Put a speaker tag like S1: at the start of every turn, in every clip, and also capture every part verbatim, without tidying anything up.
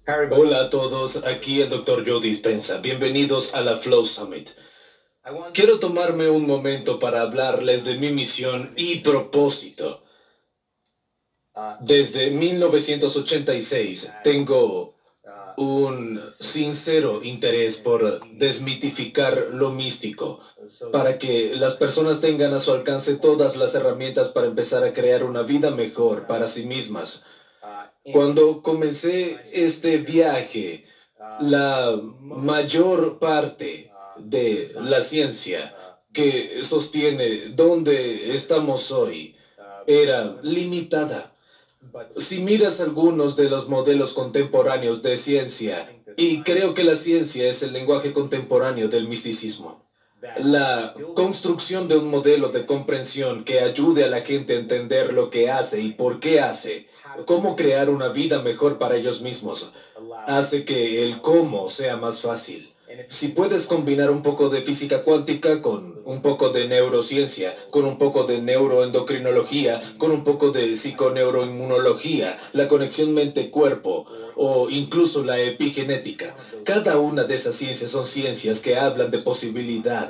S1: Hola a todos, aquí el doctor Joe Dispenza. Bienvenidos a la Flow Summit. Quiero tomarme un momento para hablarles de mi misión y propósito. Desde mil novecientos ochenta y seis tengo un sincero interés por desmitificar lo místico, para que las personas tengan a su alcance todas las herramientas para empezar a crear una vida mejor para sí mismas. Cuando comencé este viaje, la mayor parte de la ciencia que sostiene dónde estamos hoy era limitada. Si miras algunos de los modelos contemporáneos de ciencia, y creo que la ciencia es el lenguaje contemporáneo del misticismo, la construcción de un modelo de comprensión que ayude a la gente a entender lo que hace y por qué hace, cómo crear una vida mejor para ellos mismos, hace que el cómo sea más fácil. Si puedes combinar un poco de física cuántica con un poco de neurociencia, con un poco de neuroendocrinología, con un poco de psiconeuroinmunología, la conexión mente-cuerpo o incluso la epigenética, cada una de esas ciencias son ciencias que hablan de posibilidad.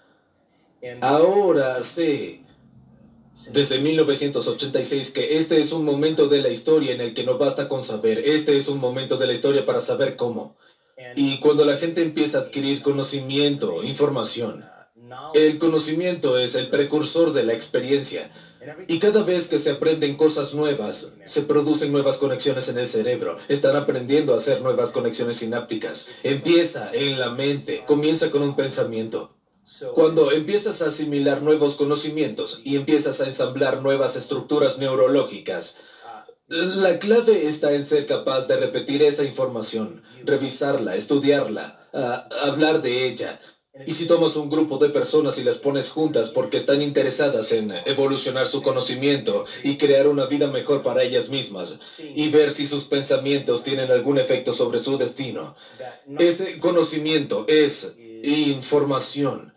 S1: Ahora sé desde mil novecientos ochenta y seis que este es un momento de la historia en el que no basta con saber, este es un momento de la historia para saber cómo. Y cuando la gente empieza a adquirir conocimiento, información, el conocimiento es el precursor de la experiencia. Y cada vez que se aprenden cosas nuevas, se producen nuevas conexiones en el cerebro. Están aprendiendo a hacer nuevas conexiones sinápticas. Empieza en la mente, comienza con un pensamiento. Cuando empiezas a asimilar nuevos conocimientos y empiezas a ensamblar nuevas estructuras neurológicas, la clave está en ser capaz de repetir esa información, revisarla, estudiarla, a- hablar de ella. Y si tomas un grupo de personas y las pones juntas porque están interesadas en evolucionar su conocimiento y crear una vida mejor para ellas mismas, y ver si sus pensamientos tienen algún efecto sobre su destino, ese conocimiento es información.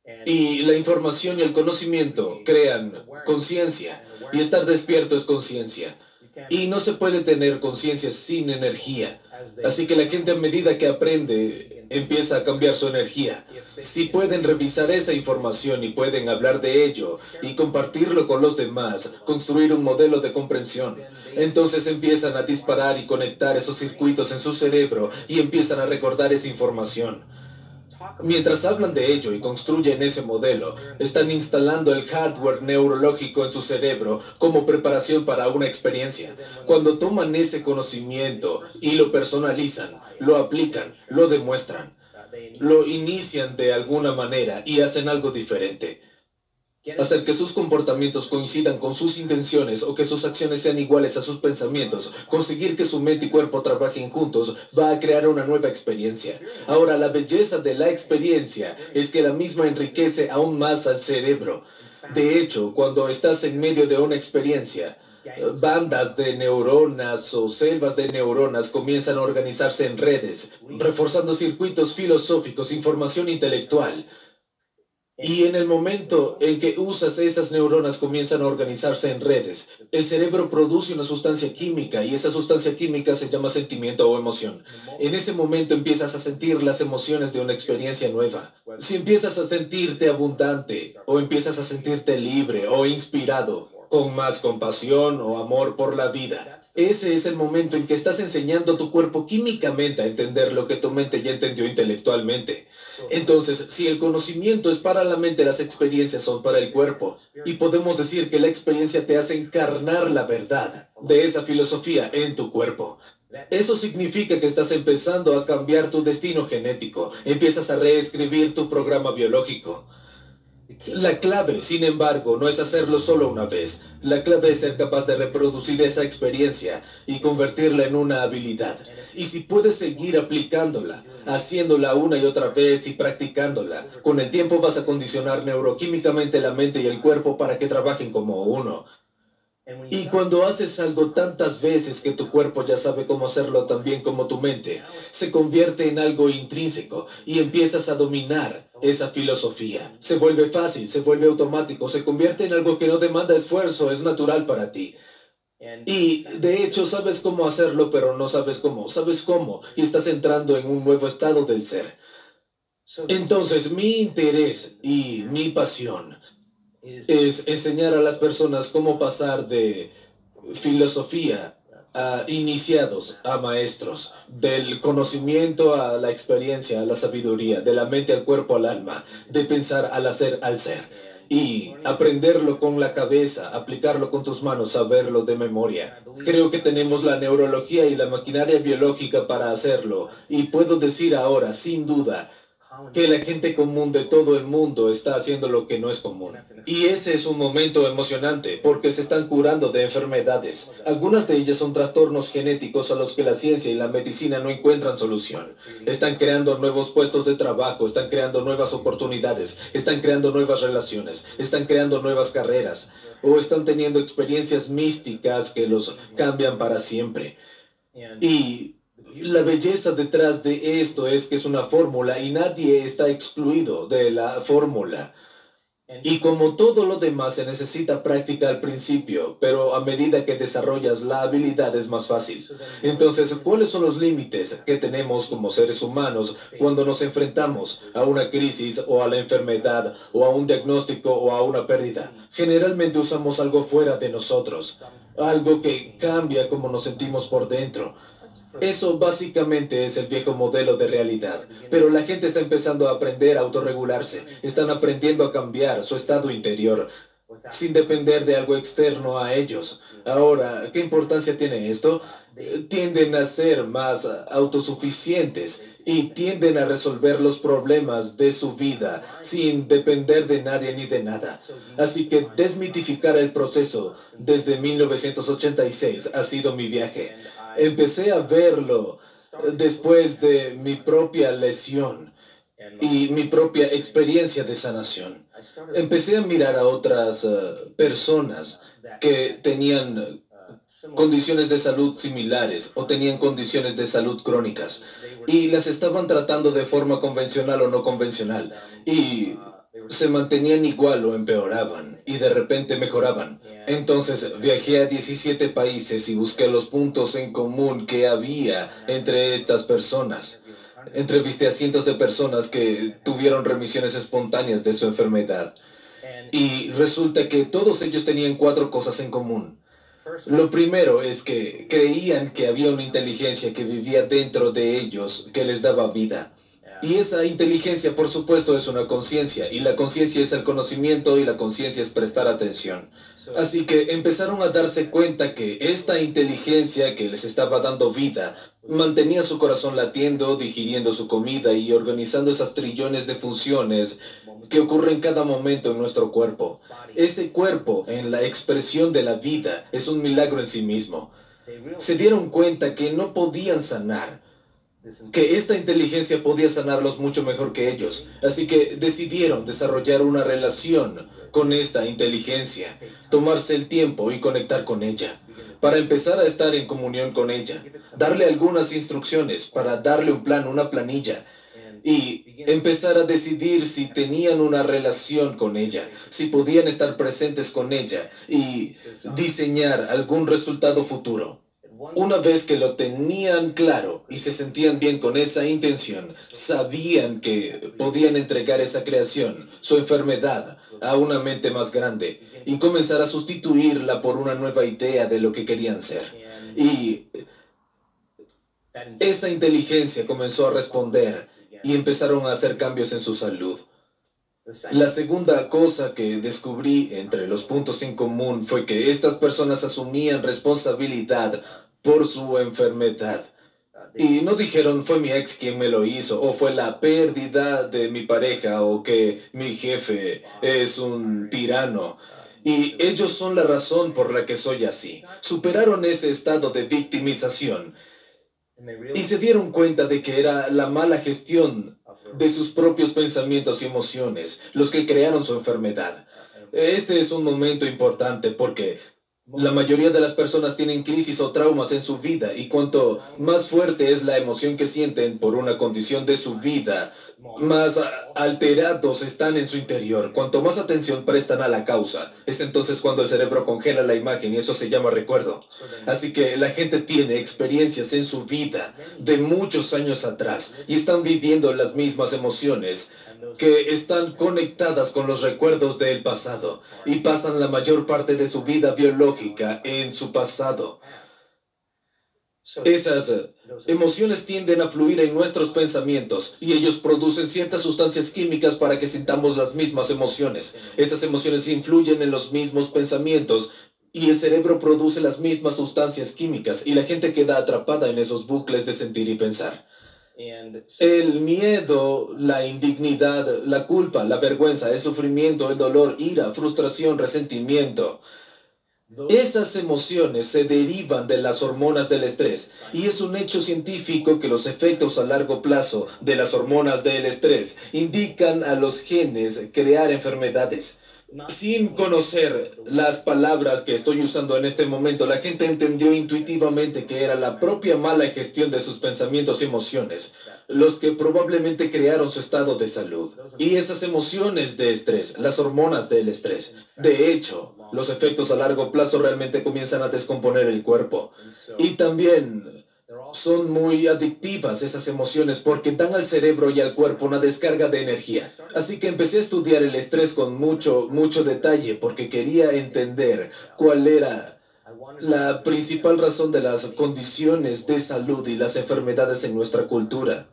S1: Y la información y el conocimiento crean conciencia. Y estar despierto es conciencia. Y no se puede tener conciencia sin energía. Así que la gente a medida que aprende empieza a cambiar su energía. Si pueden revisar esa información y pueden hablar de ello y compartirlo con los demás, construir un modelo de comprensión, entonces empiezan a disparar y conectar esos circuitos en su cerebro y empiezan a recordar esa información. Mientras hablan de ello y construyen ese modelo, están instalando el hardware neurológico en su cerebro como preparación para una experiencia. Cuando toman ese conocimiento y lo personalizan, lo aplican, lo demuestran, lo inician de alguna manera y hacen algo diferente. Hacer que sus comportamientos coincidan con sus intenciones o que sus acciones sean iguales a sus pensamientos, conseguir que su mente y cuerpo trabajen juntos, va a crear una nueva experiencia. Ahora, la belleza de la experiencia es que la misma enriquece aún más al cerebro. De hecho, cuando estás en medio de una experiencia, eh, bandas de neuronas o selvas de neuronas comienzan a organizarse en redes, reforzando circuitos filosóficos, información intelectual. Y en el momento en que usas esas neuronas comienzan a organizarse en redes, el cerebro produce una sustancia química y esa sustancia química se llama sentimiento o emoción. En ese momento empiezas a sentir las emociones de una experiencia nueva. Si empiezas a sentirte abundante o empiezas a sentirte libre o inspirado, con más compasión o amor por la vida, ese es el momento en que estás enseñando a tu cuerpo químicamente a entender lo que tu mente ya entendió intelectualmente. Entonces, si el conocimiento es para la mente, las experiencias son para el cuerpo. Y podemos decir que la experiencia te hace encarnar la verdad de esa filosofía en tu cuerpo. Eso significa que estás empezando a cambiar tu destino genético, empiezas a reescribir tu programa biológico. La clave, sin embargo, no es hacerlo solo una vez. La clave es ser capaz de reproducir esa experiencia y convertirla en una habilidad. Y si puedes seguir aplicándola, haciéndola una y otra vez y practicándola, con el tiempo vas a condicionar neuroquímicamente la mente y el cuerpo para que trabajen como uno. Y cuando haces algo tantas veces que tu cuerpo ya sabe cómo hacerlo tan bien como tu mente, se convierte en algo intrínseco y empiezas a dominar esa filosofía. Se vuelve fácil, se vuelve automático, se convierte en algo que no demanda esfuerzo, es natural para ti. Y de hecho sabes cómo hacerlo, pero no sabes cómo. Sabes cómo. Y estás entrando en un nuevo estado del ser. Entonces, mi interés y mi pasión es enseñar a las personas cómo pasar de filosofía a iniciados, a maestros, del conocimiento a la experiencia, a la sabiduría, de la mente al cuerpo, al alma, de pensar al hacer, al ser. Y aprenderlo con la cabeza, aplicarlo con tus manos, saberlo de memoria. Creo que tenemos la neurología y la maquinaria biológica para hacerlo. Y puedo decir ahora, sin duda, que la gente común de todo el mundo está haciendo lo que no es común. Y ese es un momento emocionante, porque se están curando de enfermedades. Algunas de ellas son trastornos genéticos a los que la ciencia y la medicina no encuentran solución. Están creando nuevos puestos de trabajo, están creando nuevas oportunidades, están creando nuevas relaciones, están creando nuevas carreras, o están teniendo experiencias místicas que los cambian para siempre. Y la belleza detrás de esto es que es una fórmula y nadie está excluido de la fórmula. Y como todo lo demás se necesita práctica al principio, pero a medida que desarrollas la habilidad es más fácil. Entonces, ¿cuáles son los límites que tenemos como seres humanos cuando nos enfrentamos a una crisis o a la enfermedad o a un diagnóstico o a una pérdida? Generalmente usamos algo fuera de nosotros, algo que cambia cómo nos sentimos por dentro. Eso básicamente es el viejo modelo de realidad, pero la gente está empezando a aprender a autorregularse, están aprendiendo a cambiar su estado interior, sin depender de algo externo a ellos. Ahora, ¿qué importancia tiene esto? Eh, Tienden a ser más autosuficientes y tienden a resolver los problemas de su vida sin depender de nadie ni de nada. Así que desmitificar el proceso desde mil novecientos ochenta y seis ha sido mi viaje. Empecé a verlo después de mi propia lesión y mi propia experiencia de sanación. Empecé a mirar a otras uh, personas que tenían uh, condiciones de salud similares o tenían condiciones de salud crónicas y las estaban tratando de forma convencional o no convencional y se mantenían igual o empeoraban y de repente mejoraban. Entonces viajé a diecisiete países y busqué los puntos en común que había entre estas personas. Entrevisté a cientos de personas que tuvieron remisiones espontáneas de su enfermedad. Y resulta que todos ellos tenían cuatro cosas en común. Lo primero es que creían que había una inteligencia que vivía dentro de ellos que les daba vida. Y esa inteligencia, por supuesto, es una conciencia, y la conciencia es el conocimiento y la conciencia es prestar atención. Así que empezaron a darse cuenta que esta inteligencia que les estaba dando vida mantenía su corazón latiendo, digiriendo su comida y organizando esas trillones de funciones que ocurren cada momento en nuestro cuerpo. Ese cuerpo, en la expresión de la vida, es un milagro en sí mismo. Se dieron cuenta que no podían sanar, que esta inteligencia podía sanarlos mucho mejor que ellos. Así que decidieron desarrollar una relación con esta inteligencia, tomarse el tiempo y conectar con ella, para empezar a estar en comunión con ella, darle algunas instrucciones, para darle un plan, una planilla, y empezar a decidir si tenían una relación con ella, si podían estar presentes con ella y diseñar algún resultado futuro. Una vez que lo tenían claro y se sentían bien con esa intención, sabían que podían entregar esa creación, su enfermedad, a una mente más grande y comenzar a sustituirla por una nueva idea de lo que querían ser. Y esa inteligencia comenzó a responder y empezaron a hacer cambios en su salud. La segunda cosa que descubrí entre los puntos en común fue que estas personas asumían responsabilidad por su enfermedad. Y no dijeron fue mi ex quien me lo hizo, o fue la pérdida de mi pareja, o que mi jefe es un tirano. Y ellos son la razón por la que soy así. Superaron ese estado de victimización y se dieron cuenta de que era la mala gestión de sus propios pensamientos y emociones los que crearon su enfermedad. Este es un momento importante porque La mayoría de las personas tienen crisis o traumas en su vida y cuanto más fuerte es la emoción que sienten por una condición de su vida, más a- alterados están en su interior. Cuanto más atención prestan a la causa, es entonces cuando el cerebro congela la imagen y eso se llama recuerdo. Así que la gente tiene experiencias en su vida de muchos años atrás y están viviendo las mismas emociones que están conectadas con los recuerdos del pasado y pasan la mayor parte de su vida biológica en su pasado. Esas eh, emociones tienden a fluir en nuestros pensamientos y ellos producen ciertas sustancias químicas para que sintamos las mismas emociones. Esas emociones influyen en los mismos pensamientos y el cerebro produce las mismas sustancias químicas y la gente queda atrapada en esos bucles de sentir y pensar. El miedo, la indignidad, la culpa, la vergüenza, el sufrimiento, el dolor, ira, frustración, resentimiento. Esas emociones se derivan de las hormonas del estrés y es un hecho científico que los efectos a largo plazo de las hormonas del estrés indican a los genes crear enfermedades. Sin conocer las palabras que estoy usando en este momento, la gente entendió intuitivamente que era la propia mala gestión de sus pensamientos y emociones los que probablemente crearon su estado de salud. Y esas emociones de estrés, las hormonas del estrés, de hecho, los efectos a largo plazo realmente comienzan a descomponer el cuerpo. Y también son muy adictivas esas emociones porque dan al cerebro y al cuerpo una descarga de energía. Así que empecé a estudiar el estrés con mucho, mucho detalle porque quería entender cuál era la principal razón de las condiciones de salud y las enfermedades en nuestra cultura.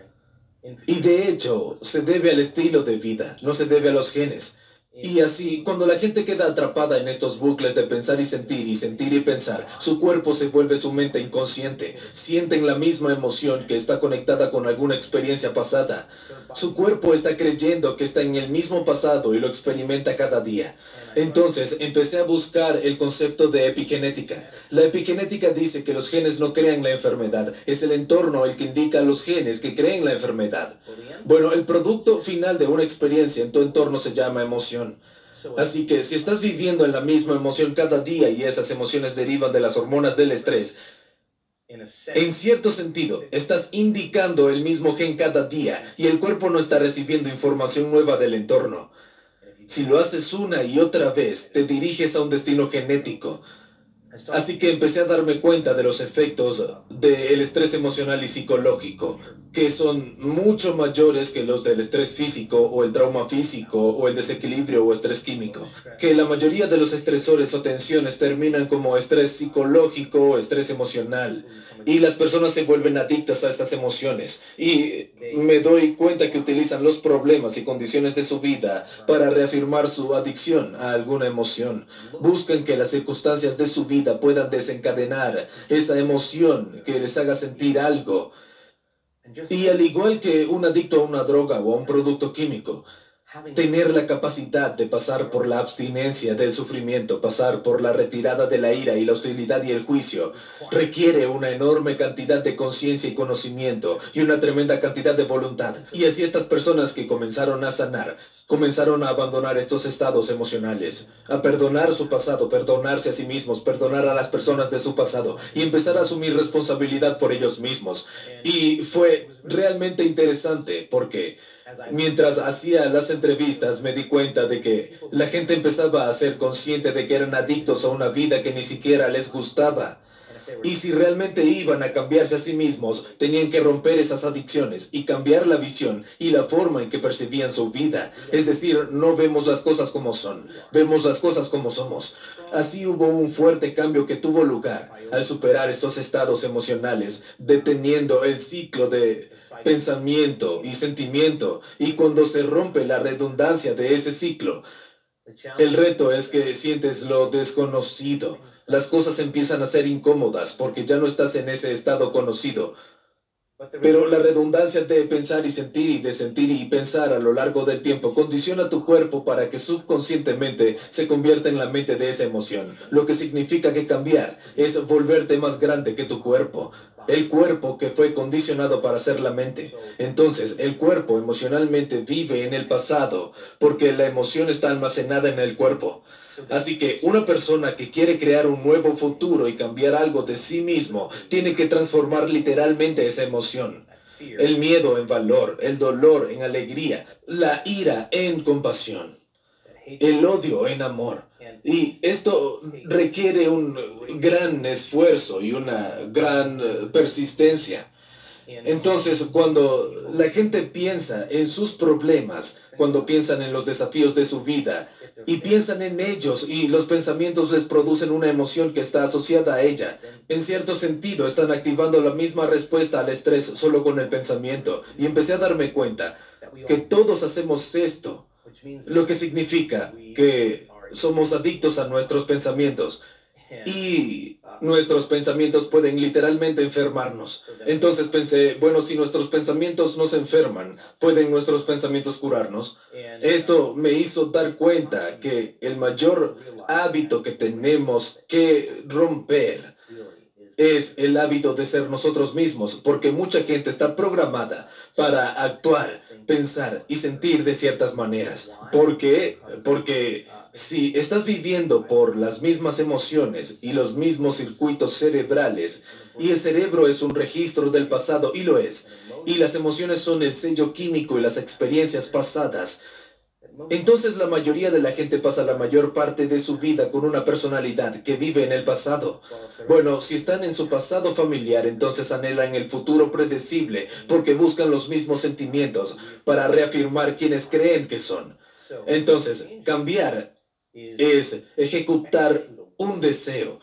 S1: Y de hecho, se debe al estilo de vida, no se debe a los genes. Y así, cuando la gente queda atrapada en estos bucles de pensar y sentir y sentir y pensar, su cuerpo se vuelve su mente inconsciente. Sienten la misma emoción que está conectada con alguna experiencia pasada. Su cuerpo está creyendo que está en el mismo pasado y lo experimenta cada día. Entonces empecé a buscar el concepto de epigenética. La epigenética dice que los genes no crean la enfermedad, es el entorno el que indica a los genes que creen la enfermedad. Bueno, el producto final de una experiencia en tu entorno se llama emoción. Así que si estás viviendo en la misma emoción cada día y esas emociones derivan de las hormonas del estrés, en cierto sentido, estás indicando el mismo gen cada día y el cuerpo no está recibiendo información nueva del entorno. Si lo haces una y otra vez, te diriges a un destino genético. Así que empecé a darme cuenta de los efectos del estrés emocional y psicológico, que son mucho mayores que los del estrés físico o el trauma físico o el desequilibrio o estrés químico. Que la mayoría de los estresores o tensiones terminan como estrés psicológico o estrés emocional. Y las personas se vuelven adictas a estas emociones. Y me doy cuenta que utilizan los problemas y condiciones de su vida para reafirmar su adicción a alguna emoción. Buscan que las circunstancias de su vida puedan desencadenar esa emoción que les haga sentir algo. Y al igual que un adicto a una droga o a un producto químico, tener la capacidad de pasar por la abstinencia del sufrimiento, pasar por la retirada de la ira y la hostilidad y el juicio, requiere una enorme cantidad de conciencia y conocimiento y una tremenda cantidad de voluntad. Y así estas personas que comenzaron a sanar, comenzaron a abandonar estos estados emocionales, a perdonar su pasado, perdonarse a sí mismos, perdonar a las personas de su pasado y empezar a asumir responsabilidad por ellos mismos. Y fue realmente interesante porque mientras hacía las entrevistas me di cuenta de que la gente empezaba a ser consciente de que eran adictos a una vida que ni siquiera les gustaba. Y si realmente iban a cambiarse a sí mismos, tenían que romper esas adicciones y cambiar la visión y la forma en que percibían su vida. Es decir, no vemos las cosas como son, vemos las cosas como somos. Así hubo un fuerte cambio que tuvo lugar al superar estos estados emocionales, deteniendo el ciclo de pensamiento y sentimiento. Y cuando se rompe la redundancia de ese ciclo, el reto es que sientes lo desconocido. Las cosas empiezan a ser incómodas porque ya no estás en ese estado conocido. Pero la redundancia de pensar y sentir y de sentir y pensar a lo largo del tiempo condiciona tu cuerpo para que subconscientemente se convierta en la mente de esa emoción. Lo que significa que cambiar es volverte más grande que tu cuerpo. El cuerpo que fue condicionado para ser la mente. Entonces, el cuerpo emocionalmente vive en el pasado porque la emoción está almacenada en el cuerpo. Así que una persona que quiere crear un nuevo futuro y cambiar algo de sí mismo, tiene que transformar literalmente esa emoción. El miedo en valor, el dolor en alegría, la ira en compasión, el odio en amor. Y esto requiere un gran esfuerzo y una gran eh, persistencia. Entonces, cuando la gente piensa en sus problemas, cuando piensan en los desafíos de su vida y piensan en ellos y los pensamientos les producen una emoción que está asociada a ella, en cierto sentido están activando la misma respuesta al estrés solo con el pensamiento. Y empecé a darme cuenta que todos hacemos esto, lo que significa que somos adictos a nuestros pensamientos. Y nuestros pensamientos pueden literalmente enfermarnos. Entonces pensé, bueno, si nuestros pensamientos nos enferman, ¿pueden nuestros pensamientos curarnos? Esto me hizo dar cuenta que el mayor hábito que tenemos que romper es el hábito de ser nosotros mismos, porque mucha gente está programada para actuar, pensar y sentir de ciertas maneras. ¿Por qué? Porque si estás viviendo por las mismas emociones y los mismos circuitos cerebrales, y el cerebro es un registro del pasado, y lo es, y las emociones son el sello químico y las experiencias pasadas, entonces la mayoría de la gente pasa la mayor parte de su vida con una personalidad que vive en el pasado. Bueno, si están en su pasado familiar, entonces anhelan el futuro predecible porque buscan los mismos sentimientos para reafirmar quienes creen que son. Entonces, cambiar es ejecutar un deseo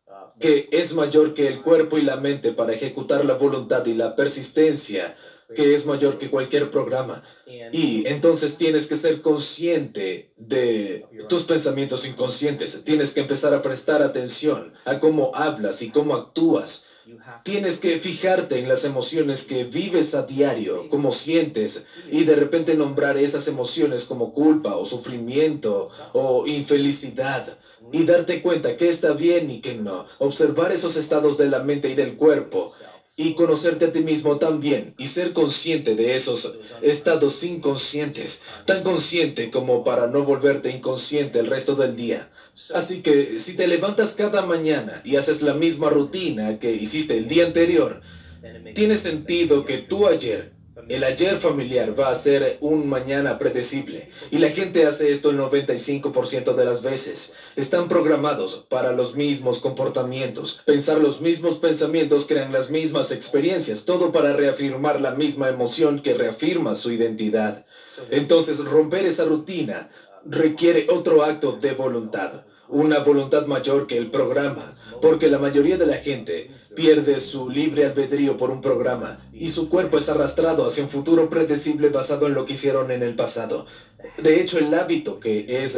S1: que es mayor que el cuerpo y la mente para ejecutar la voluntad y la persistencia que es mayor que cualquier programa. Y entonces tienes que ser consciente de tus pensamientos inconscientes. Tienes que empezar a prestar atención a cómo hablas y cómo actúas. Tienes que fijarte en las emociones que vives a diario, cómo sientes, y de repente nombrar esas emociones como culpa o sufrimiento o infelicidad. Y darte cuenta que está bien y que no. Observar esos estados de la mente y del cuerpo. Y conocerte a ti mismo también y ser consciente de esos estados inconscientes, tan consciente como para no volverte inconsciente el resto del día. Así que si te levantas cada mañana y haces la misma rutina que hiciste el día anterior, tiene sentido que tu ayer, el ayer familiar, va a ser un mañana predecible. Y la gente hace esto el noventa y cinco por ciento de las veces. Están programados para los mismos comportamientos. Pensar los mismos pensamientos crean las mismas experiencias. Todo para reafirmar la misma emoción que reafirma su identidad. Entonces, romper esa rutina requiere otro acto de voluntad. Una voluntad mayor que el programa. Porque la mayoría de la gente pierde su libre albedrío por un programa y su cuerpo es arrastrado hacia un futuro predecible basado en lo que hicieron en el pasado. De hecho, el hábito, que es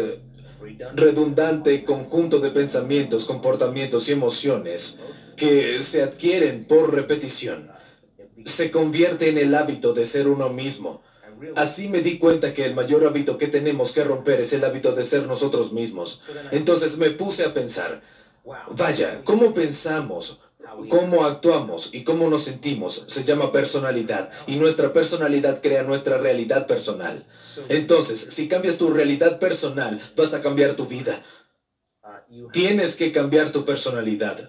S1: redundante conjunto de pensamientos, comportamientos y emociones que se adquieren por repetición, se convierte en el hábito de ser uno mismo. Así me di cuenta que el mayor hábito que tenemos que romper es el hábito de ser nosotros mismos. Entonces me puse a pensar, vaya, ¿cómo pensamos? Cómo actuamos y cómo nos sentimos se llama personalidad, y nuestra personalidad crea nuestra realidad personal. Entonces, si cambias tu realidad personal, vas a cambiar tu vida. Tienes que cambiar tu personalidad.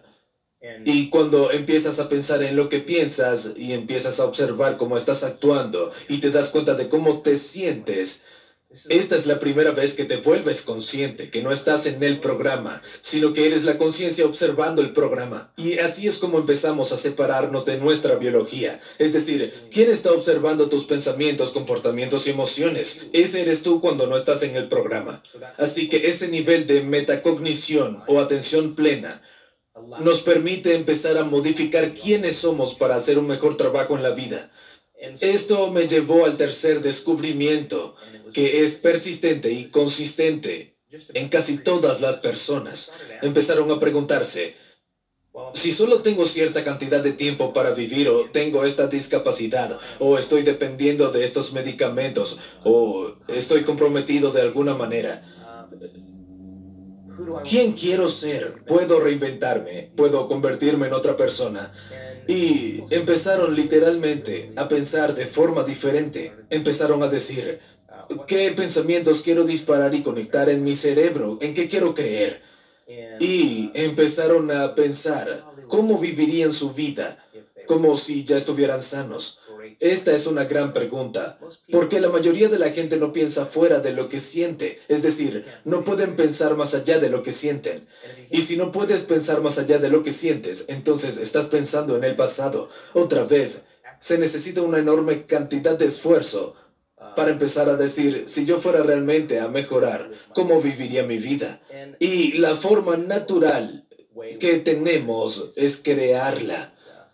S1: Y cuando empiezas a pensar en lo que piensas y empiezas a observar cómo estás actuando y te das cuenta de cómo te sientes, esta es la primera vez que te vuelves consciente, que no estás en el programa, sino que eres la conciencia observando el programa. Y así es como empezamos a separarnos de nuestra biología. Es decir, ¿quién está observando tus pensamientos, comportamientos y emociones? Ese eres tú cuando no estás en el programa. Así que ese nivel de metacognición o atención plena nos permite empezar a modificar quiénes somos para hacer un mejor trabajo en la vida. Esto me llevó al tercer descubrimiento, que es persistente y consistente en casi todas las personas. Empezaron a preguntarse, si solo tengo cierta cantidad de tiempo para vivir, o tengo esta discapacidad, o estoy dependiendo de estos medicamentos, o estoy comprometido de alguna manera, ¿quién quiero ser? ¿Puedo reinventarme? ¿Puedo convertirme en otra persona? Y empezaron literalmente a pensar de forma diferente. Empezaron a decir, ¿Qué pensamientos quiero disparar y conectar en mi cerebro? ¿En qué quiero creer? Y empezaron a pensar cómo vivirían su vida, como si ya estuvieran sanos. Esta es una gran pregunta, porque la mayoría de la gente no piensa fuera de lo que siente, es decir, no pueden pensar más allá de lo que sienten. Y si no puedes pensar más allá de lo que sientes, entonces estás pensando en el pasado. Otra vez, se necesita una enorme cantidad de esfuerzo para empezar a decir, si yo fuera realmente a mejorar, ¿cómo viviría mi vida? Y la forma natural que tenemos es crearla.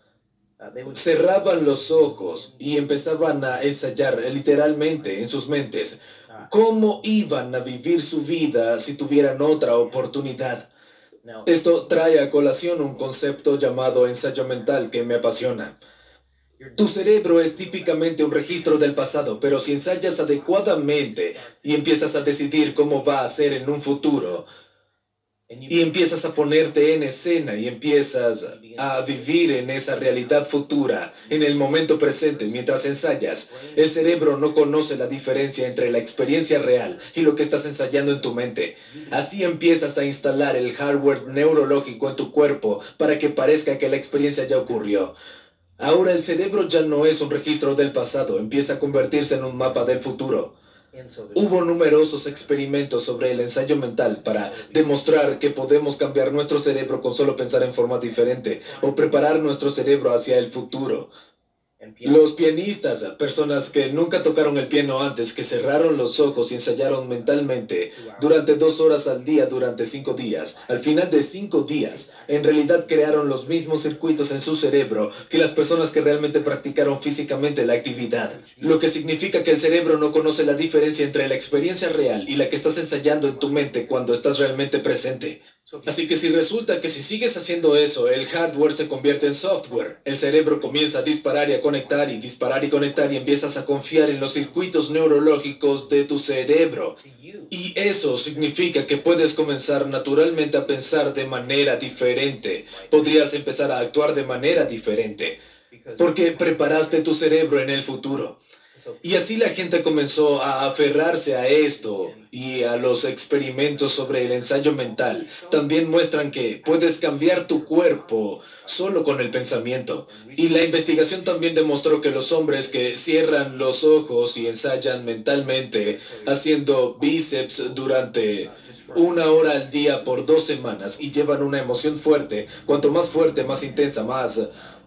S1: Cerraban los ojos y empezaban a ensayar literalmente en sus mentes cómo iban a vivir su vida si tuvieran otra oportunidad. Esto trae a colación un concepto llamado ensayo mental que me apasiona. Tu cerebro es típicamente un registro del pasado, pero si ensayas adecuadamente y empiezas a decidir cómo va a ser en un futuro, y empiezas a ponerte en escena y empiezas a vivir en esa realidad futura, en el momento presente, mientras ensayas, el cerebro no conoce la diferencia entre la experiencia real y lo que estás ensayando en tu mente. Así empiezas a instalar el hardware neurológico en tu cuerpo para que parezca que la experiencia ya ocurrió. Ahora el cerebro ya no es un registro del pasado, empieza a convertirse en un mapa del futuro. Hubo numerosos experimentos sobre el ensayo mental para demostrar que podemos cambiar nuestro cerebro con solo pensar en forma diferente o preparar nuestro cerebro hacia el futuro. Los pianistas, personas que nunca tocaron el piano antes, que cerraron los ojos y ensayaron mentalmente durante dos horas al día durante cinco días. Al final de cinco días, en realidad crearon los mismos circuitos en su cerebro que las personas que realmente practicaron físicamente la actividad. Lo que significa que el cerebro no conoce la diferencia entre la experiencia real y la que estás ensayando en tu mente cuando estás realmente presente. Así que si resulta que si sigues haciendo eso, el hardware se convierte en software, el cerebro comienza a disparar y a conectar y disparar y conectar y empiezas a confiar en los circuitos neurológicos de tu cerebro. Y eso significa que puedes comenzar naturalmente a pensar de manera diferente. Podrías empezar a actuar de manera diferente, porque preparaste tu cerebro en el futuro. Y así la gente comenzó a aferrarse a esto y a los experimentos sobre el ensayo mental. También muestran que puedes cambiar tu cuerpo solo con el pensamiento. Y la investigación también demostró que los hombres que cierran los ojos y ensayan mentalmente haciendo bíceps durante una hora al día por dos semanas y llevan una emoción fuerte, cuanto más fuerte, más intensa, más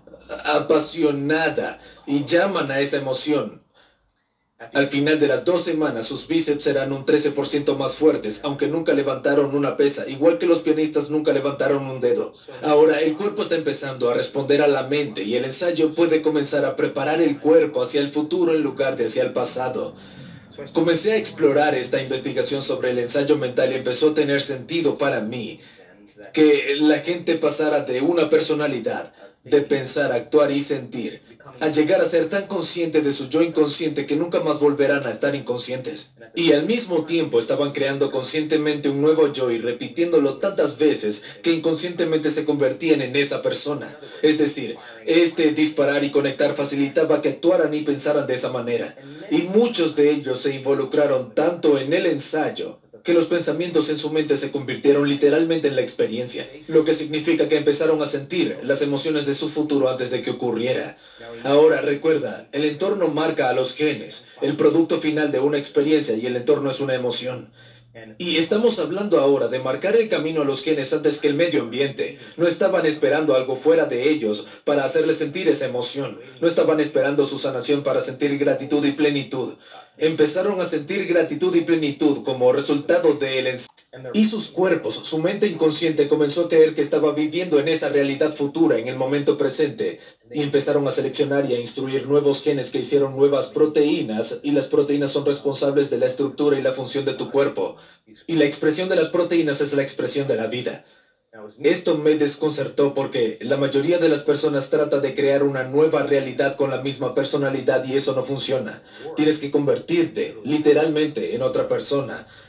S1: apasionada, y llaman a esa emoción. Al final de las dos semanas, sus bíceps serán un trece por ciento más fuertes, aunque nunca levantaron una pesa, igual que los pianistas nunca levantaron un dedo. Ahora, el cuerpo está empezando a responder a la mente y el ensayo puede comenzar a preparar el cuerpo hacia el futuro en lugar de hacia el pasado. Comencé a explorar esta investigación sobre el ensayo mental y empezó a tener sentido para mí que la gente pasara de una personalidad, de pensar, actuar y sentir, a llegar a ser tan consciente de su yo inconsciente que nunca más volverán a estar inconscientes. Y al mismo tiempo estaban creando conscientemente un nuevo yo y repitiéndolo tantas veces que inconscientemente se convertían en esa persona. Es decir, este disparar y conectar facilitaba que actuaran y pensaran de esa manera. Y muchos de ellos se involucraron tanto en el ensayo que los pensamientos en su mente se convirtieron literalmente en la experiencia, lo que significa que empezaron a sentir las emociones de su futuro antes de que ocurriera. Ahora, recuerda, el entorno marca a los genes, el producto final de una experiencia, y el entorno es una emoción. Y estamos hablando ahora de marcar el camino a los genes antes que el medio ambiente. No estaban esperando algo fuera de ellos para hacerles sentir esa emoción. No estaban esperando su sanación para sentir gratitud y plenitud. Empezaron a sentir gratitud y plenitud como resultado del ensayo. Y sus cuerpos, su mente inconsciente comenzó a creer que estaba viviendo en esa realidad futura, en el momento presente. Y empezaron a seleccionar y a instruir nuevos genes que hicieron nuevas proteínas, y las proteínas son responsables de la estructura y la función de tu cuerpo. Y la expresión de las proteínas es la expresión de la vida. Esto me desconcertó porque la mayoría de las personas trata de crear una nueva realidad con la misma personalidad y eso no funciona. Tienes que convertirte literalmente en otra persona.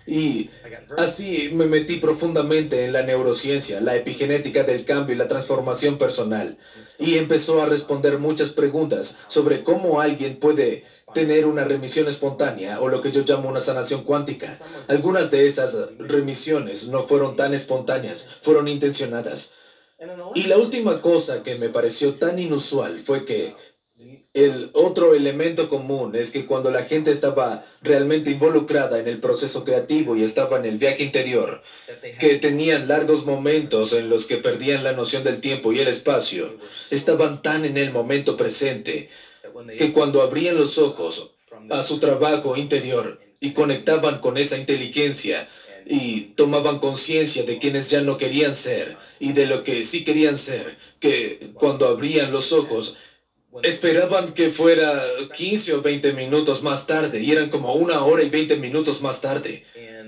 S1: Y así me metí profundamente en la neurociencia, la epigenética del cambio y la transformación personal. Y empezó a responder muchas preguntas sobre cómo alguien puede tener una remisión espontánea o lo que yo llamo una sanación cuántica. Algunas de esas remisiones no fueron tan espontáneas, fueron intencionadas. Y la última cosa que me pareció tan inusual fue que el otro elemento común es que cuando la gente estaba realmente involucrada en el proceso creativo y estaba en el viaje interior, que tenían largos momentos en los que perdían la noción del tiempo y el espacio, estaban tan en el momento presente que cuando abrían los ojos a su trabajo interior y conectaban con esa inteligencia y tomaban conciencia de quienes ya no querían ser y de lo que sí querían ser, que cuando abrían los ojos esperaban que fuera quince o veinte minutos más tarde y eran como una hora y veinte minutos más tarde.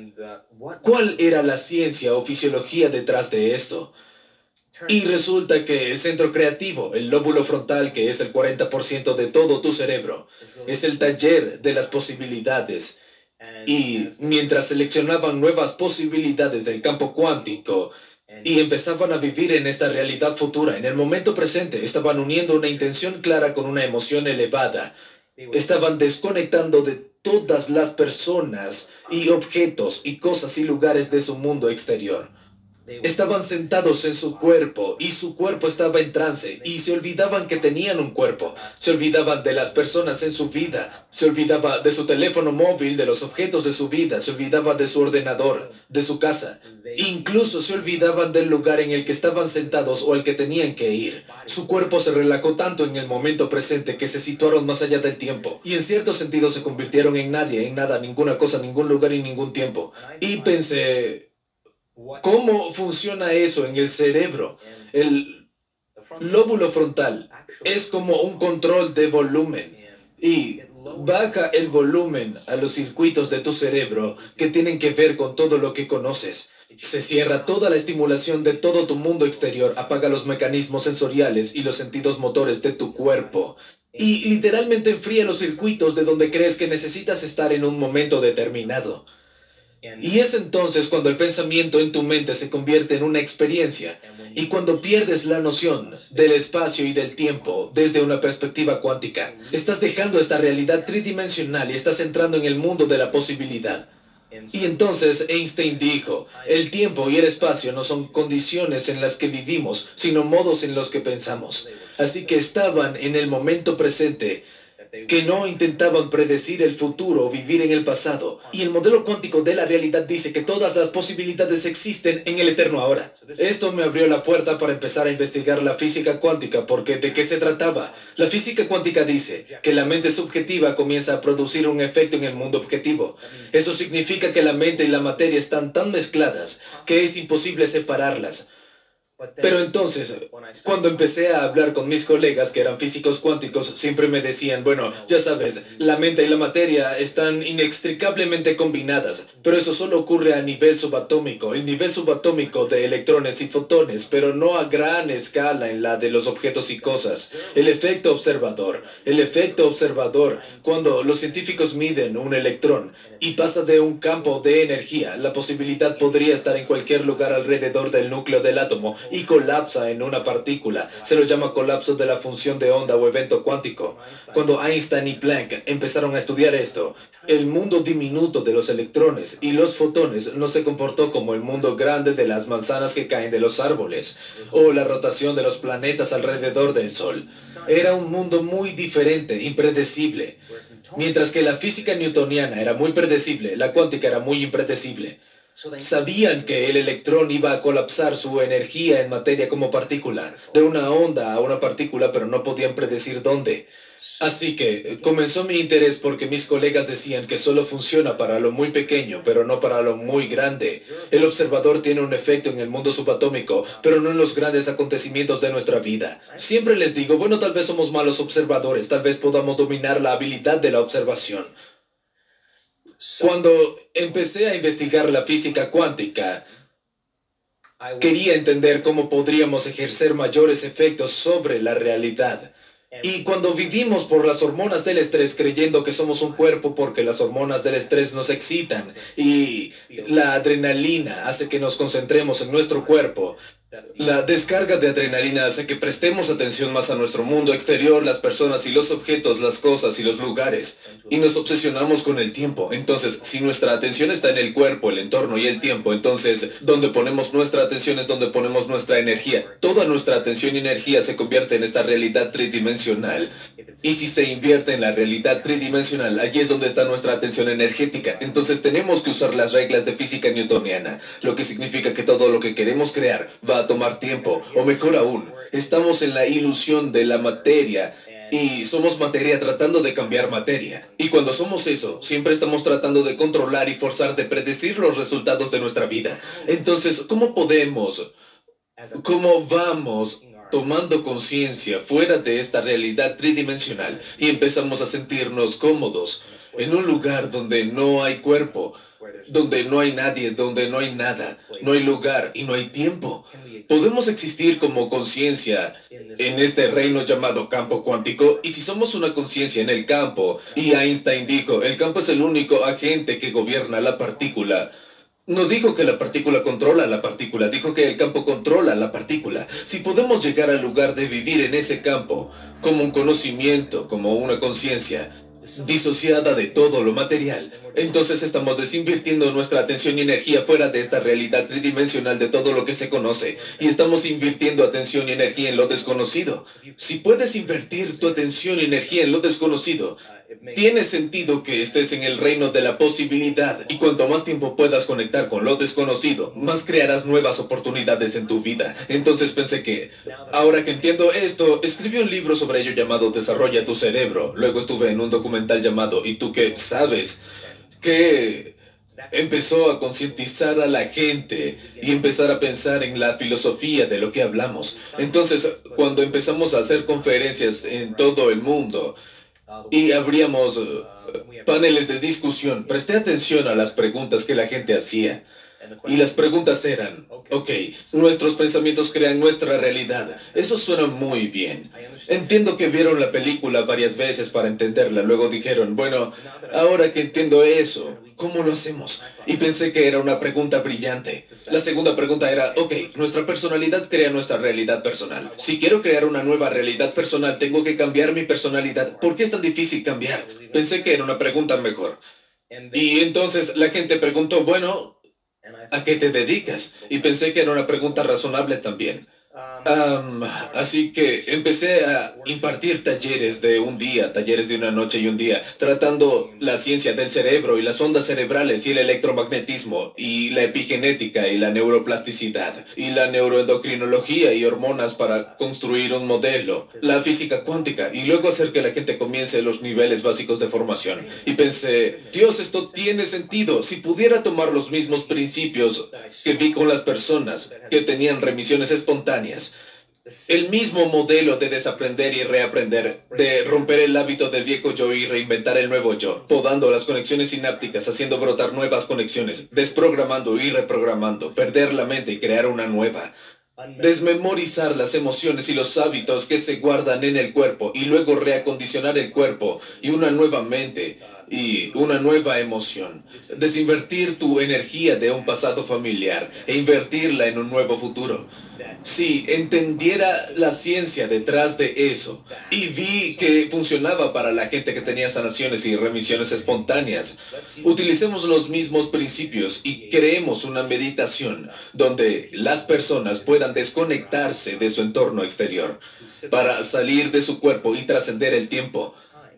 S1: ¿Cuál era la ciencia o fisiología detrás de esto? Y resulta que el centro creativo, el lóbulo frontal, que es el cuarenta por ciento de todo tu cerebro, es el taller de las posibilidades. Y mientras seleccionaban nuevas posibilidades del campo cuántico, y empezaban a vivir en esta realidad futura, en el momento presente, estaban uniendo una intención clara con una emoción elevada. Estaban desconectando de todas las personas y objetos y cosas y lugares de su mundo exterior. Estaban sentados en su cuerpo y su cuerpo estaba en trance y se olvidaban que tenían un cuerpo, se olvidaban de las personas en su vida, se olvidaba de su teléfono móvil, de los objetos de su vida, se olvidaba de su ordenador, de su casa, incluso se olvidaban del lugar en el que estaban sentados o al que tenían que ir. Su cuerpo se relajó tanto en el momento presente que se situaron más allá del tiempo y en cierto sentido se convirtieron en nadie, en nada, ninguna cosa, ningún lugar y ningún tiempo. Y pensé, ¿cómo funciona eso en el cerebro? El lóbulo frontal es como un control de volumen y baja el volumen a los circuitos de tu cerebro que tienen que ver con todo lo que conoces. Se cierra toda la estimulación de todo tu mundo exterior, apaga los mecanismos sensoriales y los sentidos motores de tu cuerpo y literalmente enfría los circuitos de donde crees que necesitas estar en un momento determinado. Y es entonces cuando el pensamiento en tu mente se convierte en una experiencia y cuando pierdes la noción del espacio y del tiempo desde una perspectiva cuántica. Estás dejando esta realidad tridimensional y estás entrando en el mundo de la posibilidad. Y entonces Einstein dijo, el tiempo y el espacio no son condiciones en las que vivimos, sino modos en los que pensamos. Así que estaban en el momento presente, que no intentaban predecir el futuro o vivir en el pasado. Y el modelo cuántico de la realidad dice que todas las posibilidades existen en el eterno ahora. Esto me abrió la puerta para empezar a investigar la física cuántica, porque ¿de qué se trataba? La física cuántica dice que la mente subjetiva comienza a producir un efecto en el mundo objetivo. Eso significa que la mente y la materia están tan mezcladas que es imposible separarlas. Pero entonces, cuando empecé a hablar con mis colegas que eran físicos cuánticos, siempre me decían, bueno, ya sabes, la mente y la materia están inextricablemente combinadas, pero eso solo ocurre a nivel subatómico, el nivel subatómico de electrones y fotones, pero no a gran escala en la de los objetos y cosas. El efecto observador, el efecto observador, cuando los científicos miden un electrón y pasa de un campo de energía, la posibilidad podría estar en cualquier lugar alrededor del núcleo del átomo, y colapsa en una partícula. Se lo llama colapso de la función de onda o evento cuántico. Cuando Einstein y Planck empezaron a estudiar esto, el mundo diminuto de los electrones y los fotones no se comportó como el mundo grande de las manzanas que caen de los árboles, o la rotación de los planetas alrededor del Sol. Era un mundo muy diferente, impredecible. Mientras que la física newtoniana era muy predecible, la cuántica era muy impredecible. Sabían que el electrón iba a colapsar su energía en materia como partícula, de una onda a una partícula, pero no podían predecir dónde. Así que comenzó mi interés porque mis colegas decían que solo funciona para lo muy pequeño, pero no para lo muy grande. El observador tiene un efecto en el mundo subatómico, pero no en los grandes acontecimientos de nuestra vida. Siempre les digo, bueno, tal vez somos malos observadores, tal vez podamos dominar la habilidad de la observación. Cuando empecé a investigar la física cuántica, quería entender cómo podríamos ejercer mayores efectos sobre la realidad. Y cuando vivimos por las hormonas del estrés creyendo que somos un cuerpo porque las hormonas del estrés nos excitan y la adrenalina hace que nos concentremos en nuestro cuerpo, la descarga de adrenalina hace que prestemos atención más a nuestro mundo exterior, las personas y los objetos, las cosas y los lugares, y nos obsesionamos con el tiempo. Entonces, si nuestra atención está en el cuerpo, el entorno y el tiempo, entonces donde ponemos nuestra atención es donde ponemos nuestra energía. Toda nuestra atención y energía se convierte en esta realidad tridimensional. Y si se invierte en la realidad tridimensional, allí es donde está nuestra atención energética. Entonces tenemos que usar las reglas de física newtoniana, lo que significa que todo lo que queremos crear va a tomar tiempo, o mejor aún, estamos en la ilusión de la materia y somos materia tratando de cambiar materia. Y cuando somos eso, siempre estamos tratando de controlar y forzar, de predecir los resultados de nuestra vida. Entonces, ¿cómo podemos, cómo vamos tomando conciencia fuera de esta realidad tridimensional y empezamos a sentirnos cómodos en un lugar donde no hay cuerpo, donde no hay nadie, donde no hay nada, no hay lugar y no hay tiempo? Podemos existir como conciencia en este reino llamado campo cuántico, y si somos una conciencia en el campo, y Einstein dijo, el campo es el único agente que gobierna la partícula. No dijo que la partícula controla la partícula, dijo que el campo controla la partícula. Si podemos llegar al lugar de vivir en ese campo, como un conocimiento, como una conciencia, disociada de todo lo material, entonces estamos desinvirtiendo nuestra atención y energía fuera de esta realidad tridimensional de todo lo que se conoce, y estamos invirtiendo atención y energía en lo desconocido. Si puedes invertir tu atención y energía en lo desconocido, tiene sentido que estés en el reino de la posibilidad, y cuanto más tiempo puedas conectar con lo desconocido, más crearás nuevas oportunidades en tu vida. Entonces pensé que, ahora que entiendo esto, escribí un libro sobre ello llamado Desarrolla tu cerebro. Luego estuve en un documental llamado ¿Y tú qué sabes?, que empezó a concientizar a la gente y empezar a pensar en la filosofía de lo que hablamos. Entonces, cuando empezamos a hacer conferencias en todo el mundo, y abríamos uh, paneles de discusión, presté atención a las preguntas que la gente hacía. Y las preguntas eran, ok, nuestros pensamientos crean nuestra realidad. Eso suena muy bien. Entiendo que vieron la película varias veces para entenderla. Luego dijeron, bueno, ahora que entiendo eso, ¿cómo lo hacemos? Y pensé que era una pregunta brillante. La segunda pregunta era, ok, nuestra personalidad crea nuestra realidad personal. Si quiero crear una nueva realidad personal, tengo que cambiar mi personalidad. ¿Por qué es tan difícil cambiar? Pensé que era una pregunta mejor. Y entonces la gente preguntó, bueno, ¿a qué te dedicas? Y pensé que era una pregunta razonable también. Um, así que empecé a impartir talleres de un día, talleres de una noche y un día, tratando la ciencia del cerebro y las ondas cerebrales y el electromagnetismo y la epigenética y la neuroplasticidad y la neuroendocrinología y hormonas para construir un modelo, la física cuántica, y luego hacer que la gente comience los niveles básicos de formación. Y pensé, Dios, esto tiene sentido. Si pudiera tomar los mismos principios que vi con las personas que tenían remisiones espontáneas, el mismo modelo de desaprender y reaprender, de romper el hábito del viejo yo y reinventar el nuevo yo, podando las conexiones sinápticas, haciendo brotar nuevas conexiones, desprogramando y reprogramando, perder la mente y crear una nueva, desmemorizar las emociones y los hábitos que se guardan en el cuerpo y luego reacondicionar el cuerpo y una nueva mente y una nueva emoción, desinvertir tu energía de un pasado familiar e invertirla en un nuevo futuro. Si entendiera la ciencia detrás de eso y vi que funcionaba para la gente que tenía sanaciones y remisiones espontáneas, utilicemos los mismos principios y creemos una meditación donde las personas puedan desconectarse de su entorno exterior para salir de su cuerpo y trascender el tiempo.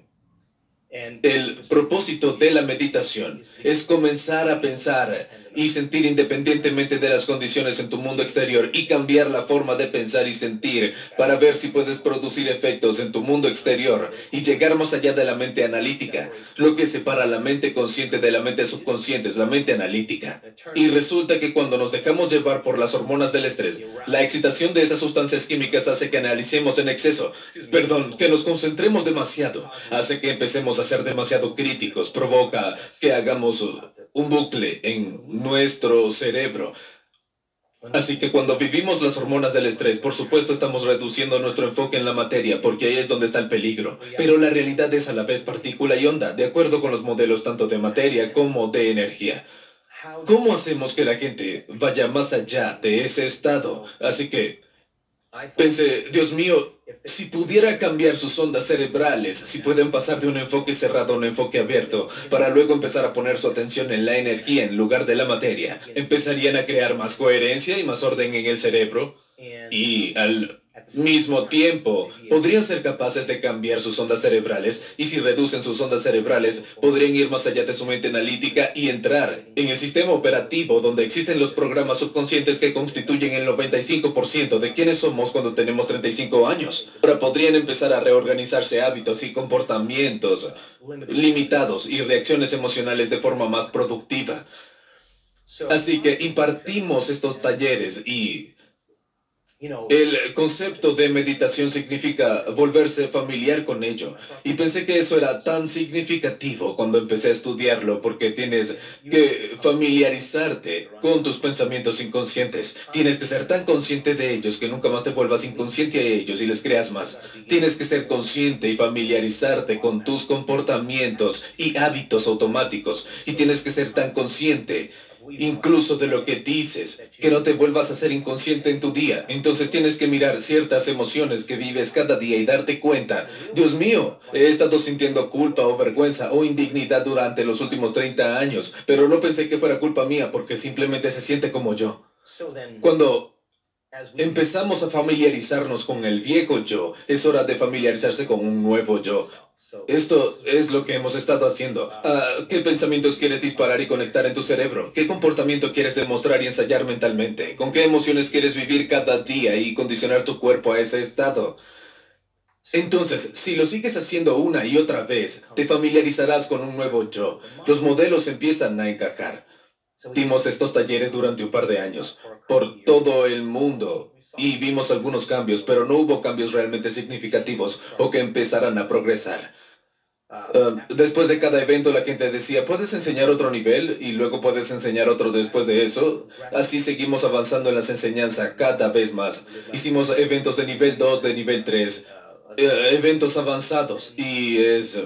S1: El propósito de la meditación es comenzar a pensar y sentir independientemente de las condiciones en tu mundo exterior y cambiar la forma de pensar y sentir para ver si puedes producir efectos en tu mundo exterior y llegar más allá de la mente analítica. Lo que separa la mente consciente de la mente subconsciente es la mente analítica. Y resulta que cuando nos dejamos llevar por las hormonas del estrés, la excitación de esas sustancias químicas hace que analicemos en exceso, perdón, que nos concentremos demasiado, hace que empecemos a ser demasiado críticos, provoca que hagamos un bucle en nuestro cerebro Así que cuando vivimos las hormonas del estrés, por supuesto estamos reduciendo nuestro enfoque en la materia, porque ahí es donde está el peligro. Pero la realidad es a la vez partícula y onda, de acuerdo con los modelos tanto de materia como de energía. ¿Cómo hacemos que la gente vaya más allá de ese estado? Así que pensé, Dios mío, si pudiera cambiar sus ondas cerebrales, si pueden pasar de un enfoque cerrado a un enfoque abierto, para luego empezar a poner su atención en la energía en lugar de la materia, empezarían a crear más coherencia y más orden en el cerebro. Y al mismo tiempo, podrían ser capaces de cambiar sus ondas cerebrales, y si reducen sus ondas cerebrales, podrían ir más allá de su mente analítica y entrar en el sistema operativo donde existen los programas subconscientes que constituyen el noventa y cinco por ciento de quienes somos cuando tenemos treinta y cinco años. Ahora podrían empezar a reorganizarse hábitos y comportamientos limitados y reacciones emocionales de forma más productiva. Así que impartimos estos talleres y el concepto de meditación significa volverse familiar con ello. Y pensé que eso era tan significativo cuando empecé a estudiarlo, porque tienes que familiarizarte con tus pensamientos inconscientes. Tienes que ser tan consciente de ellos que nunca más te vuelvas inconsciente a ellos y les creas más. Tienes que ser consciente y familiarizarte con tus comportamientos y hábitos automáticos. Y tienes que ser tan consciente incluso de lo que dices, que no te vuelvas a ser inconsciente en tu día. Entonces tienes que mirar ciertas emociones que vives cada día y darte cuenta, Dios mío, he estado sintiendo culpa o vergüenza o indignidad durante los últimos treinta años, pero no pensé que fuera culpa mía porque simplemente se siente como yo. Cuando empezamos a familiarizarnos con el viejo yo, es hora de familiarizarse con un nuevo yo. Esto es lo que hemos estado haciendo. Uh, ¿Qué pensamientos quieres disparar y conectar en tu cerebro? ¿Qué comportamiento quieres demostrar y ensayar mentalmente? ¿Con qué emociones quieres vivir cada día y condicionar tu cuerpo a ese estado? Entonces, si lo sigues haciendo una y otra vez, te familiarizarás con un nuevo yo. Los modelos empiezan a encajar. Dimos estos talleres durante un par de años, por todo el mundo. Y vimos algunos cambios, pero no hubo cambios realmente significativos o que empezaran a progresar. Uh, después de cada evento la gente decía, ¿puedes enseñar otro nivel? Y luego puedes enseñar otro después de eso. Así seguimos avanzando en las enseñanzas cada vez más. Hicimos eventos de nivel dos, de nivel tres, uh, eventos avanzados. Y es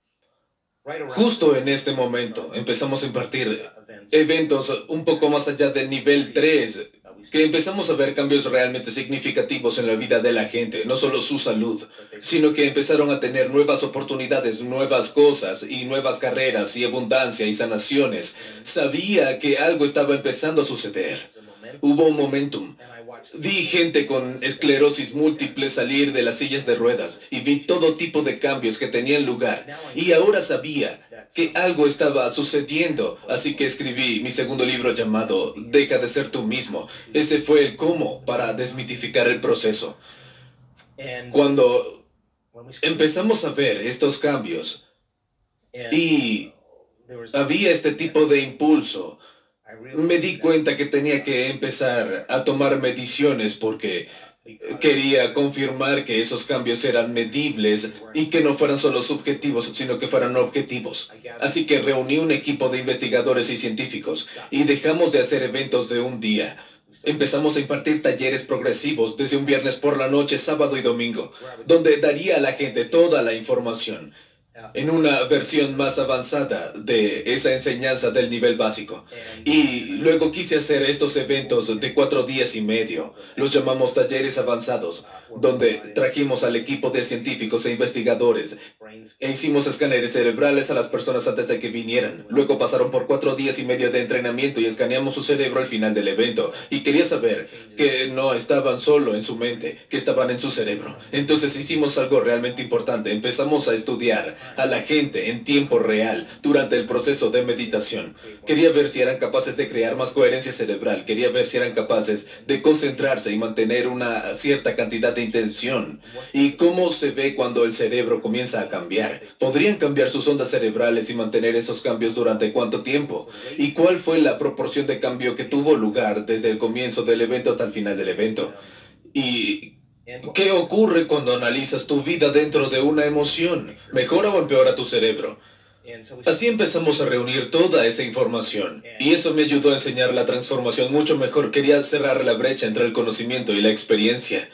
S1: justo en este momento empezamos a impartir eventos un poco más allá del nivel tres, que empezamos a ver cambios realmente significativos en la vida de la gente, no solo su salud, sino que empezaron a tener nuevas oportunidades, nuevas cosas y nuevas carreras y abundancia y sanaciones. Sabía que algo estaba empezando a suceder. Hubo un momentum. Vi gente con esclerosis múltiple salir de las sillas de ruedas y vi todo tipo de cambios que tenían lugar. Y ahora sabía que algo estaba sucediendo, así que escribí mi segundo libro llamado Deja de ser tú mismo. Ese fue el cómo para desmitificar el proceso. Cuando empezamos a ver estos cambios y había este tipo de impulso, me di cuenta que tenía que empezar a tomar mediciones porque quería confirmar que esos cambios eran medibles y que no fueran solo subjetivos, sino que fueran objetivos. Así que reuní un equipo de investigadores y científicos y dejamos de hacer eventos de un día. Empezamos a impartir talleres progresivos desde un viernes por la noche, sábado y domingo, donde daría a la gente toda la información en una versión más avanzada de esa enseñanza del nivel básico. Y luego quise hacer estos eventos de cuatro días y medio. Los llamamos talleres avanzados, donde trajimos al equipo de científicos e investigadores e hicimos escáneres cerebrales a las personas antes de que vinieran. Luego pasaron por cuatro días y medio de entrenamiento y escaneamos su cerebro al final del evento. Y quería saber que no estaban solo en su mente, que estaban en su cerebro. Entonces hicimos algo realmente importante. Empezamos a estudiar a la gente en tiempo real durante el proceso de meditación. Quería ver si eran capaces de crear más coherencia cerebral. Quería ver si eran capaces de concentrarse y mantener una cierta cantidad de intención. Y cómo se ve cuando el cerebro comienza a cambiar. ¿Podrían cambiar sus ondas cerebrales y mantener esos cambios durante cuánto tiempo? ¿Y cuál fue la proporción de cambio que tuvo lugar desde el comienzo del evento hasta el final del evento? ¿Y qué ocurre cuando analizas tu vida dentro de una emoción? ¿Mejora o empeora tu cerebro? Así empezamos a reunir toda esa información y eso me ayudó a enseñar la transformación mucho mejor. Quería cerrar la brecha entre el conocimiento y la experiencia.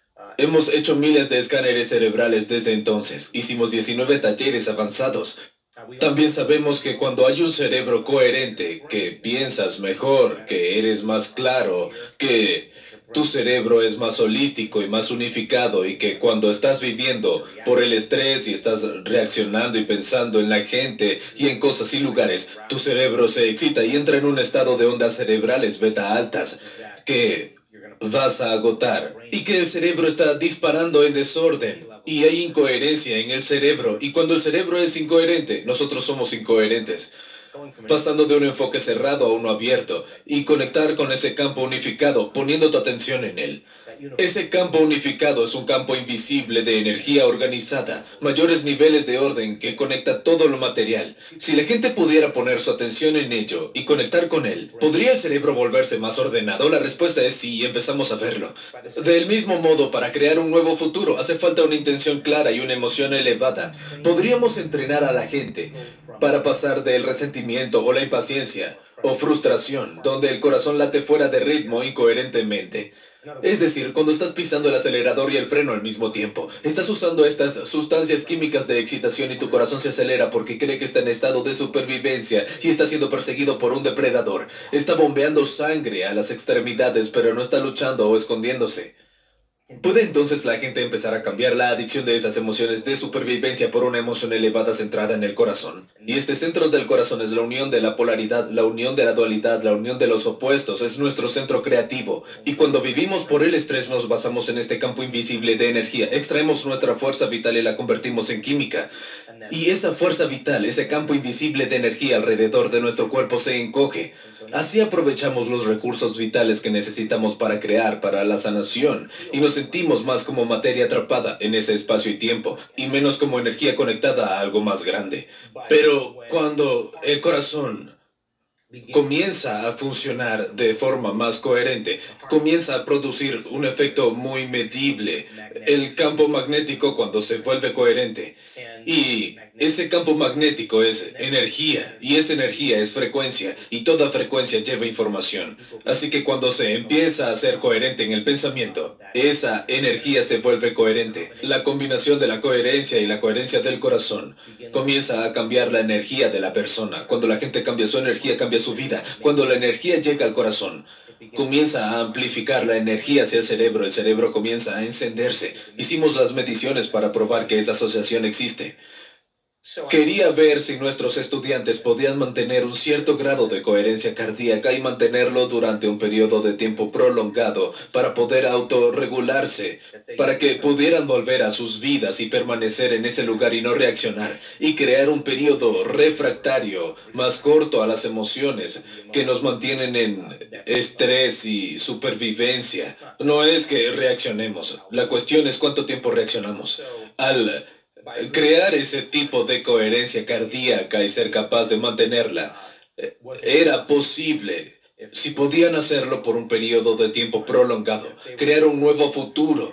S1: Hemos hecho miles de escáneres cerebrales desde entonces. Hicimos diecinueve talleres avanzados. También sabemos que cuando hay un cerebro coherente, que piensas mejor, que eres más claro, que tu cerebro es más holístico y más unificado y que cuando estás viviendo por el estrés y estás reaccionando y pensando en la gente y en cosas y lugares, tu cerebro se excita y entra en un estado de ondas cerebrales beta altas que vas a agotar y que el cerebro está disparando en desorden y hay incoherencia en el cerebro y cuando el cerebro es incoherente, nosotros somos incoherentes. Pasando de un enfoque cerrado a uno abierto y conectar con ese campo unificado, poniendo tu atención en él. Ese campo unificado es un campo invisible de energía organizada, mayores niveles de orden que conecta todo lo material. Si la gente pudiera poner su atención en ello y conectar con él, ¿podría el cerebro volverse más ordenado? La respuesta es sí, y empezamos a verlo. Del mismo modo, para crear un nuevo futuro, hace falta una intención clara y una emoción elevada. Podríamos entrenar a la gente para pasar del resentimiento o la impaciencia o frustración, donde el corazón late fuera de ritmo incoherentemente. Es decir, cuando estás pisando el acelerador y el freno al mismo tiempo, estás usando estas sustancias químicas de excitación y tu corazón se acelera porque cree que está en estado de supervivencia y está siendo perseguido por un depredador. Está bombeando sangre a las extremidades, pero no está luchando o escondiéndose. ¿Puede entonces la gente empezar a cambiar la adicción de esas emociones de supervivencia por una emoción elevada centrada en el corazón? Y este centro del corazón es la unión de la polaridad, la unión de la dualidad, la unión de los opuestos, es nuestro centro creativo. Y cuando vivimos por el estrés nos basamos en este campo invisible de energía, extraemos nuestra fuerza vital y la convertimos en química. Y esa fuerza vital, ese campo invisible de energía alrededor de nuestro cuerpo se encoge. Así aprovechamos los recursos vitales que necesitamos para crear, para la sanación, y nos sentimos más como materia atrapada en ese espacio y tiempo, y menos como energía conectada a algo más grande. Pero cuando el corazón comienza a funcionar de forma más coherente, comienza a producir un efecto muy medible, el campo magnético cuando se vuelve coherente. Y ese campo magnético es energía, y esa energía es frecuencia, y toda frecuencia lleva información. Así que cuando se empieza a ser coherente en el pensamiento, esa energía se vuelve coherente. La combinación de la coherencia y la coherencia del corazón comienza a cambiar la energía de la persona. Cuando la gente cambia su energía, cambia su vida. Cuando la energía llega al corazón, comienza a amplificar la energía hacia el cerebro, el cerebro comienza a encenderse. Hicimos las mediciones para probar que esa asociación existe. Quería ver si nuestros estudiantes podían mantener un cierto grado de coherencia cardíaca y mantenerlo durante un periodo de tiempo prolongado para poder autorregularse, para que pudieran volver a sus vidas y permanecer en ese lugar y no reaccionar, y crear un periodo refractario más corto a las emociones que nos mantienen en estrés y supervivencia. No es que reaccionemos, la cuestión es cuánto tiempo reaccionamos. Al crear ese tipo de coherencia cardíaca y ser capaz de mantenerla, era posible si podían hacerlo por un periodo de tiempo prolongado, crear un nuevo futuro.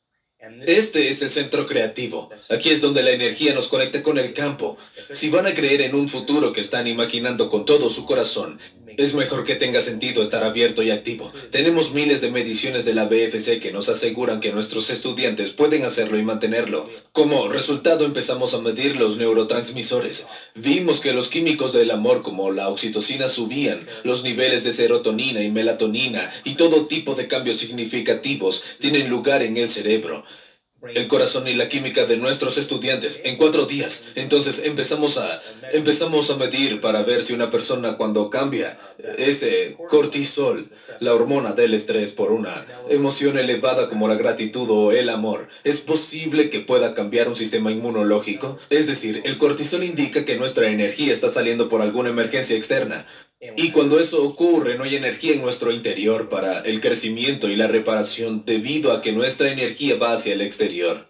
S1: Este es el centro creativo. Aquí es donde la energía nos conecta con el campo. Si van a creer en un futuro que están imaginando con todo su corazón, es mejor que tenga sentido estar abierto y activo. Tenemos miles de mediciones de la B F C que nos aseguran que nuestros estudiantes pueden hacerlo y mantenerlo. Como resultado empezamos a medir los neurotransmisores. Vimos que los químicos del amor como la oxitocina subían, los niveles de serotonina y melatonina y todo tipo de cambios significativos tienen lugar en el cerebro, el corazón y la química de nuestros estudiantes en cuatro días. Entonces empezamos a, empezamos a medir para ver si una persona cuando cambia ese cortisol, la hormona del estrés, por una emoción elevada como la gratitud o el amor, es posible que pueda cambiar un sistema inmunológico. Es decir, el cortisol indica que nuestra energía está saliendo por alguna emergencia externa. Y cuando eso ocurre, no hay energía en nuestro interior para el crecimiento y la reparación debido a que nuestra energía va hacia el exterior.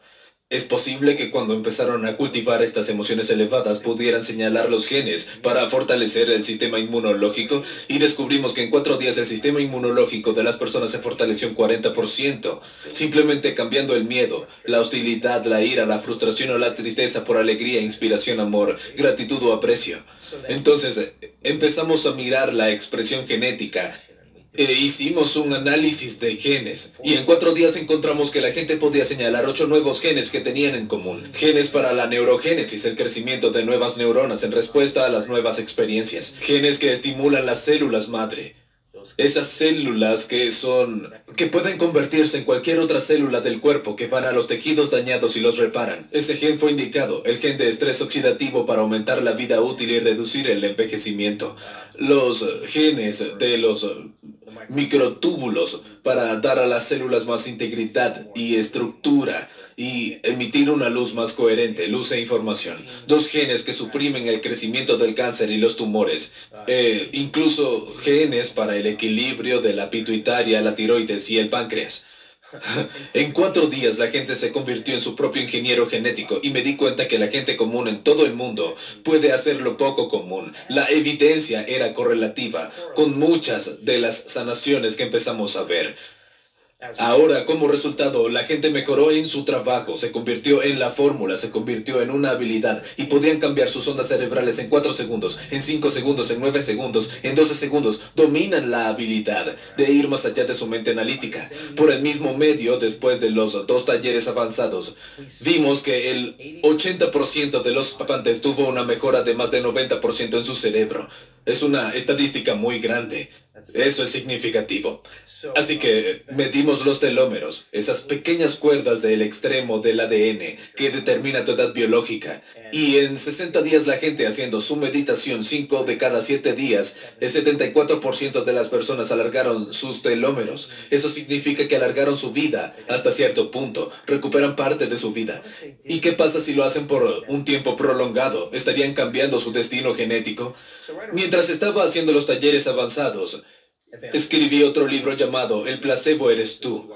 S1: Es posible que cuando empezaron a cultivar estas emociones elevadas pudieran señalar los genes para fortalecer el sistema inmunológico y descubrimos que en cuatro días el sistema inmunológico de las personas se fortaleció un cuarenta por ciento, simplemente cambiando el miedo, la hostilidad, la ira, la frustración o la tristeza por alegría, inspiración, amor, gratitud o aprecio. Entonces empezamos a mirar la expresión genética. E hicimos un análisis de genes y en cuatro días encontramos que la gente podía señalar ocho nuevos genes que tenían en común. Genes para la neurogénesis, el crecimiento de nuevas neuronas en respuesta a las nuevas experiencias. Genes que estimulan las células madre. Esas células que son, que pueden convertirse en cualquier otra célula del cuerpo que van a los tejidos dañados y los reparan. Ese gen fue indicado, el gen de estrés oxidativo para aumentar la vida útil y reducir el envejecimiento. Los genes de los microtúbulos para dar a las células más integridad y estructura y emitir una luz más coherente, luz e información. Dos genes que suprimen el crecimiento del cáncer y los tumores. Eh, incluso genes para el equilibrio de la pituitaria, la tiroides y el páncreas. En cuatro días la gente se convirtió en su propio ingeniero genético y me di cuenta que la gente común en todo el mundo puede hacer lo poco común. La evidencia era correlativa con muchas de las sanaciones que empezamos a ver. Ahora, como resultado, la gente mejoró en su trabajo, se convirtió en la fórmula, se convirtió en una habilidad y podían cambiar sus ondas cerebrales en cuatro segundos, en cinco segundos, en nueve segundos, en doce segundos. Dominan la habilidad de ir más allá de su mente analítica. Por el mismo medio, después de los dos talleres avanzados, vimos que el ochenta por ciento de los participantes tuvo una mejora de más del noventa por ciento en su cerebro. Es una estadística muy grande. Eso es significativo. Así que medimos los telómeros, esas pequeñas cuerdas del extremo del A D N que determina tu edad biológica. Y en sesenta días la gente haciendo su meditación cinco de cada siete días, el setenta y cuatro por ciento de las personas alargaron sus telómeros. Eso significa que alargaron su vida hasta cierto punto, recuperan parte de su vida. ¿Y qué pasa si lo hacen por un tiempo prolongado? ¿Estarían cambiando su destino genético? Mientras estaba haciendo los talleres avanzados, escribí otro libro llamado El placebo eres tú.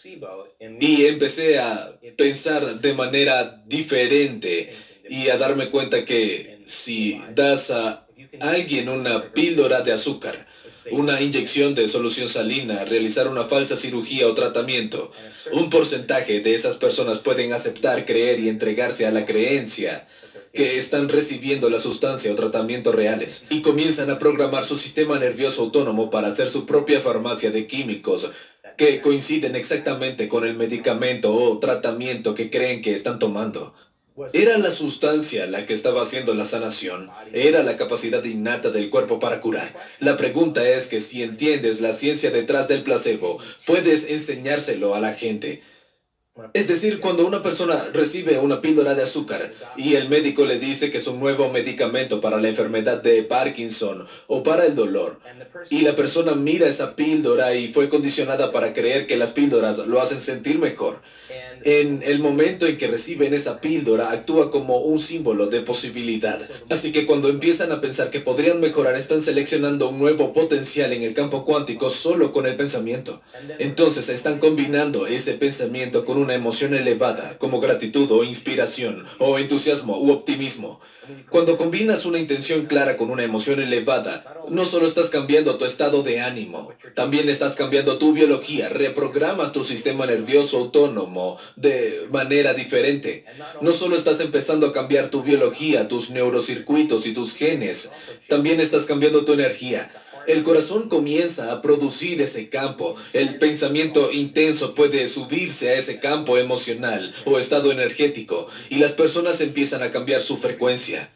S1: Y empecé a pensar de manera diferente y a darme cuenta que si das a alguien una píldora de azúcar, una inyección de solución salina, realizar una falsa cirugía o tratamiento, un porcentaje de esas personas pueden aceptar, creer y entregarse a la creencia que están recibiendo la sustancia o tratamiento reales y comienzan a programar su sistema nervioso autónomo para hacer su propia farmacia de químicos que coinciden exactamente con el medicamento o tratamiento que creen que están tomando. Era la sustancia la que estaba haciendo la sanación. Era la capacidad innata del cuerpo para curar. La pregunta es que si entiendes la ciencia detrás del placebo, puedes enseñárselo a la gente. Es decir, cuando una persona recibe una píldora de azúcar y el médico le dice que es un nuevo medicamento para la enfermedad de Parkinson o para el dolor, y la persona mira esa píldora y fue condicionada para creer que las píldoras lo hacen sentir mejor, en el momento en que reciben esa píldora actúa como un símbolo de posibilidad. Así que cuando empiezan a pensar que podrían mejorar, están seleccionando un nuevo potencial en el campo cuántico solo con el pensamiento. Entonces están combinando ese pensamiento con una emoción elevada, como gratitud o inspiración, o entusiasmo u optimismo. Cuando combinas una intención clara con una emoción elevada, no solo estás cambiando tu estado de ánimo, también estás cambiando tu biología, reprogramas tu sistema nervioso autónomo de manera diferente. No solo estás empezando a cambiar tu biología, tus neurocircuitos y tus genes, también estás cambiando tu energía. El corazón comienza a producir ese campo. El pensamiento intenso puede subirse a ese campo emocional o estado energético y las personas empiezan a cambiar su frecuencia.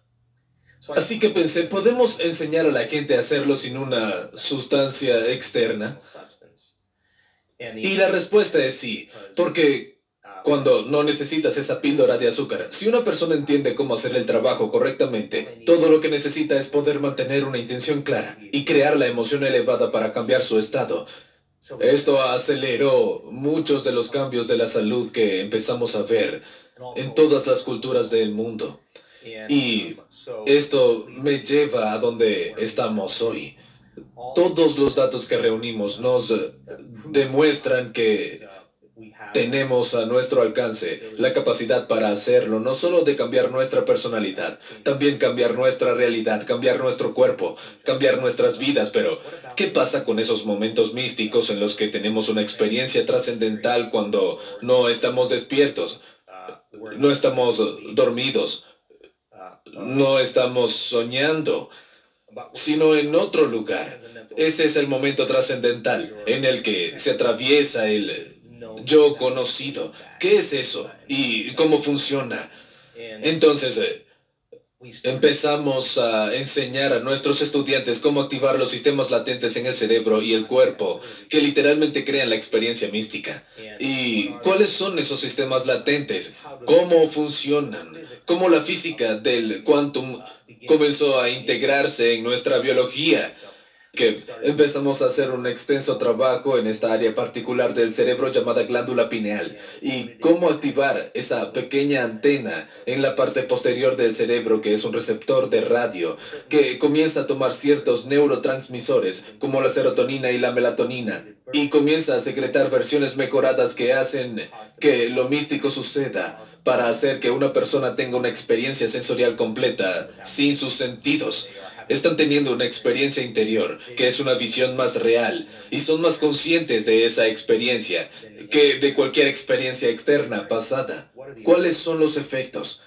S1: Así que pensé, ¿podemos enseñar a la gente a hacerlo sin una sustancia externa? Y la respuesta es sí, porque cuando no necesitas esa píldora de azúcar, si una persona entiende cómo hacer el trabajo correctamente, todo lo que necesita es poder mantener una intención clara y crear la emoción elevada para cambiar su estado. Esto aceleró muchos de los cambios de la salud que empezamos a ver en todas las culturas del mundo. Y esto me lleva a donde estamos hoy. Todos los datos que reunimos nos demuestran que Tenemos a nuestro alcance la capacidad para hacerlo, no solo de cambiar nuestra personalidad, también cambiar nuestra realidad, cambiar nuestro cuerpo, cambiar nuestras vidas. Pero, ¿qué pasa con esos momentos místicos en los que tenemos una experiencia trascendental cuando no estamos despiertos, no estamos dormidos, no estamos soñando, sino en otro lugar? Ese es el momento trascendental en el que se atraviesa el yo conocido. ¿Qué es eso? ¿Y cómo funciona? Entonces, eh, empezamos a enseñar a nuestros estudiantes cómo activar los sistemas latentes en el cerebro y el cuerpo que literalmente crean la experiencia mística. ¿Y cuáles son esos sistemas latentes? ¿Cómo funcionan? ¿Cómo la física del quantum comenzó a integrarse en nuestra biología? Que empezamos a hacer un extenso trabajo en esta área particular del cerebro llamada glándula pineal y cómo activar esa pequeña antena en la parte posterior del cerebro, que es un receptor de radio que comienza a tomar ciertos neurotransmisores como la serotonina y la melatonina y comienza a secretar versiones mejoradas que hacen que lo místico suceda para hacer que una persona tenga una experiencia sensorial completa sin sus sentidos. Están teniendo una experiencia interior, que es una visión más real, y son más conscientes de esa experiencia que de cualquier experiencia externa pasada. ¿Cuáles son los efectos?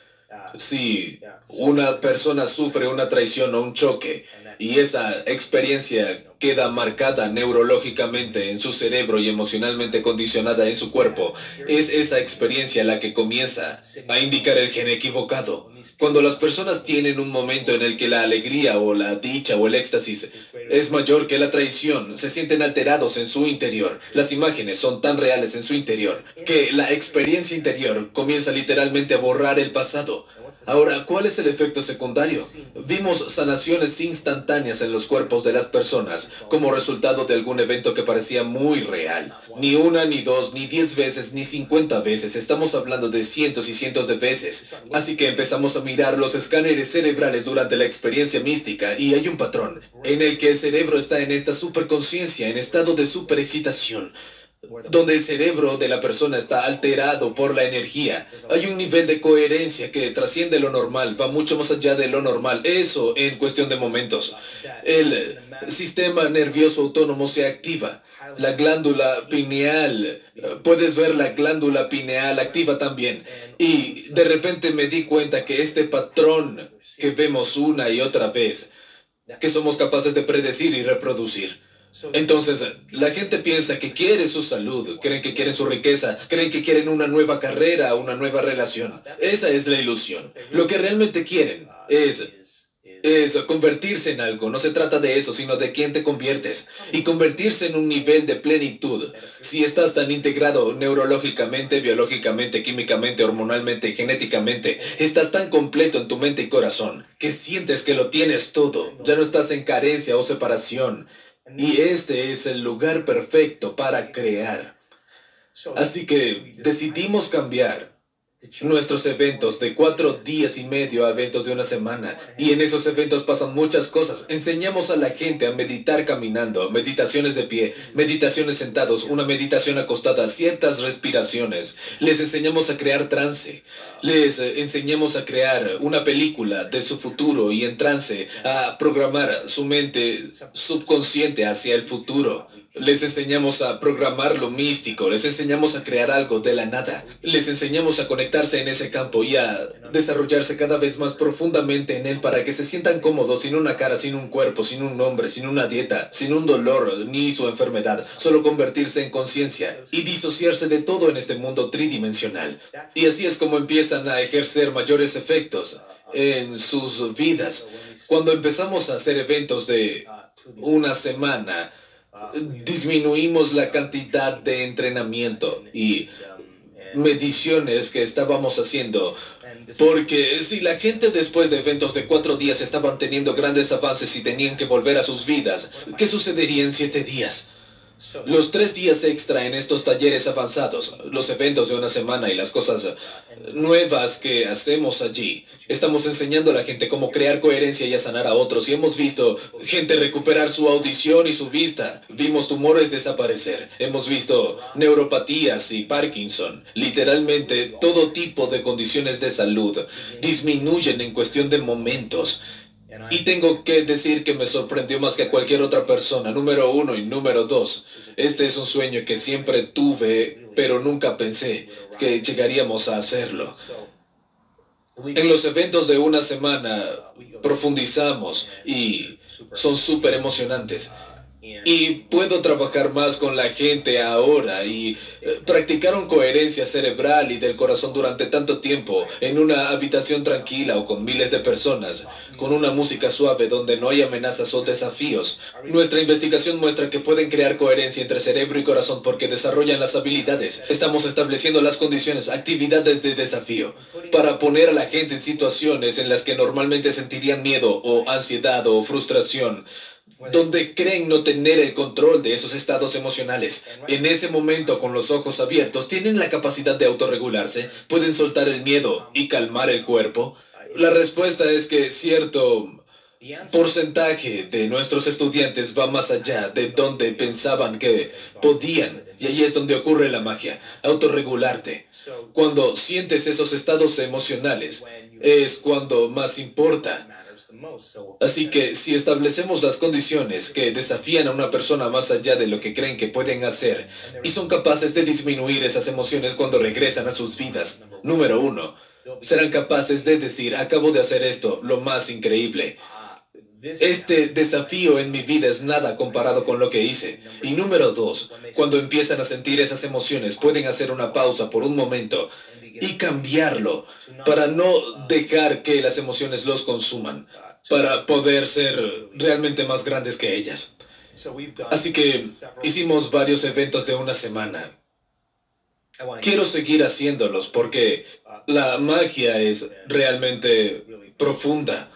S1: Si una persona sufre una traición o un choque, y esa experiencia queda marcada neurológicamente en su cerebro y emocionalmente condicionada en su cuerpo, es esa experiencia la que comienza a indicar el gen equivocado. Cuando las personas tienen un momento en el que la alegría o la dicha o el éxtasis es mayor que la traición, se sienten alterados en su interior. Las imágenes son tan reales en su interior que la experiencia interior comienza literalmente a borrar el pasado. Ahora, ¿cuál es el efecto secundario? Vimos sanaciones instantáneas en los cuerpos de las personas como resultado de algún evento que parecía muy real. Ni una, ni dos, ni diez veces, ni cincuenta veces. Estamos hablando de cientos y cientos de veces. Así que empezamos a mirar los escáneres cerebrales durante la experiencia mística y hay un patrón en el que el cerebro está en esta superconciencia, en estado de superexcitación, donde el cerebro de la persona está alterado por la energía. Hay un nivel de coherencia que trasciende lo normal, va mucho más allá de lo normal. Eso en cuestión de momentos. El sistema nervioso autónomo se activa. La glándula pineal, puedes ver la glándula pineal activa también. Y de repente me di cuenta que este patrón que vemos una y otra vez, que somos capaces de predecir y reproducir. Entonces, la gente piensa que quiere su salud, creen que quieren su riqueza, creen que quieren una nueva carrera, una nueva relación. Esa es la ilusión. Lo que realmente quieren es, es convertirse en algo. No se trata de eso, sino de quién te conviertes. Y convertirse en un nivel de plenitud. Si estás tan integrado neurológicamente, biológicamente, químicamente, hormonalmente, genéticamente, estás tan completo en tu mente y corazón, que sientes que lo tienes todo. Ya no estás en carencia o separación. Y este es el lugar perfecto para crear. Así que decidimos cambiar nuestros eventos de cuatro días y medio a eventos de una semana. Y en esos eventos pasan muchas cosas. Enseñamos a la gente a meditar caminando, meditaciones de pie, meditaciones sentados, una meditación acostada, ciertas respiraciones. Les enseñamos a crear trance. Les enseñamos a crear una película de su futuro y en trance, a programar su mente subconsciente hacia el futuro. Les enseñamos a programar lo místico, les enseñamos a crear algo de la nada. Les enseñamos a conectarse en ese campo y a desarrollarse cada vez más profundamente en él para que se sientan cómodos, sin una cara, sin un cuerpo, sin un nombre, sin una dieta, sin un dolor ni su enfermedad. Solo convertirse en conciencia y disociarse de todo en este mundo tridimensional. Y así es como empiezan a ejercer mayores efectos en sus vidas. Cuando empezamos a hacer eventos de una semana, disminuimos la cantidad de entrenamiento y mediciones que estábamos haciendo, porque si la gente después de eventos de cuatro días estaban teniendo grandes avances y tenían que volver a sus vidas, ¿qué sucedería en siete días? Los tres días extra en estos talleres avanzados, los eventos de una semana y las cosas eh, nuevas que hacemos allí. Estamos enseñando a la gente cómo crear coherencia y a sanar a otros. Y hemos visto gente recuperar su audición y su vista. Vimos tumores desaparecer. Hemos visto neuropatías y Parkinson. Literalmente todo tipo de condiciones de salud disminuyen en cuestión de momentos. Y tengo que decir que me sorprendió más que a cualquier otra persona, número uno y número dos. Este es un sueño que siempre tuve, pero nunca pensé que llegaríamos a hacerlo. En los eventos de una semana profundizamos y son súper emocionantes. Y puedo trabajar más con la gente ahora y eh, practicaron coherencia cerebral y del corazón durante tanto tiempo en una habitación tranquila o con miles de personas, con una música suave donde no hay amenazas o desafíos. Nuestra investigación muestra que pueden crear coherencia entre cerebro y corazón porque desarrollan las habilidades. Estamos estableciendo las condiciones, actividades de desafío, para poner a la gente en situaciones en las que normalmente sentirían miedo o ansiedad o frustración, donde creen no tener el control de esos estados emocionales. En ese momento, con los ojos abiertos, tienen la capacidad de autorregularse, pueden soltar el miedo y calmar el cuerpo. La respuesta es que cierto porcentaje de nuestros estudiantes va más allá de donde pensaban que podían. Y ahí es donde ocurre la magia, autorregularte. Cuando sientes esos estados emocionales, es cuando más importa. Así que si establecemos las condiciones que desafían a una persona más allá de lo que creen que pueden hacer y son capaces de disminuir esas emociones cuando regresan a sus vidas, número uno, serán capaces de decir, acabo de hacer esto, lo más increíble. Este desafío en mi vida es nada comparado con lo que hice. Y número dos, cuando empiezan a sentir esas emociones, pueden hacer una pausa por un momento y cambiarlo para no dejar que las emociones los consuman, para poder ser realmente más grandes que ellas. Así que hicimos varios eventos de una semana. Quiero seguir haciéndolos porque la magia es realmente profunda.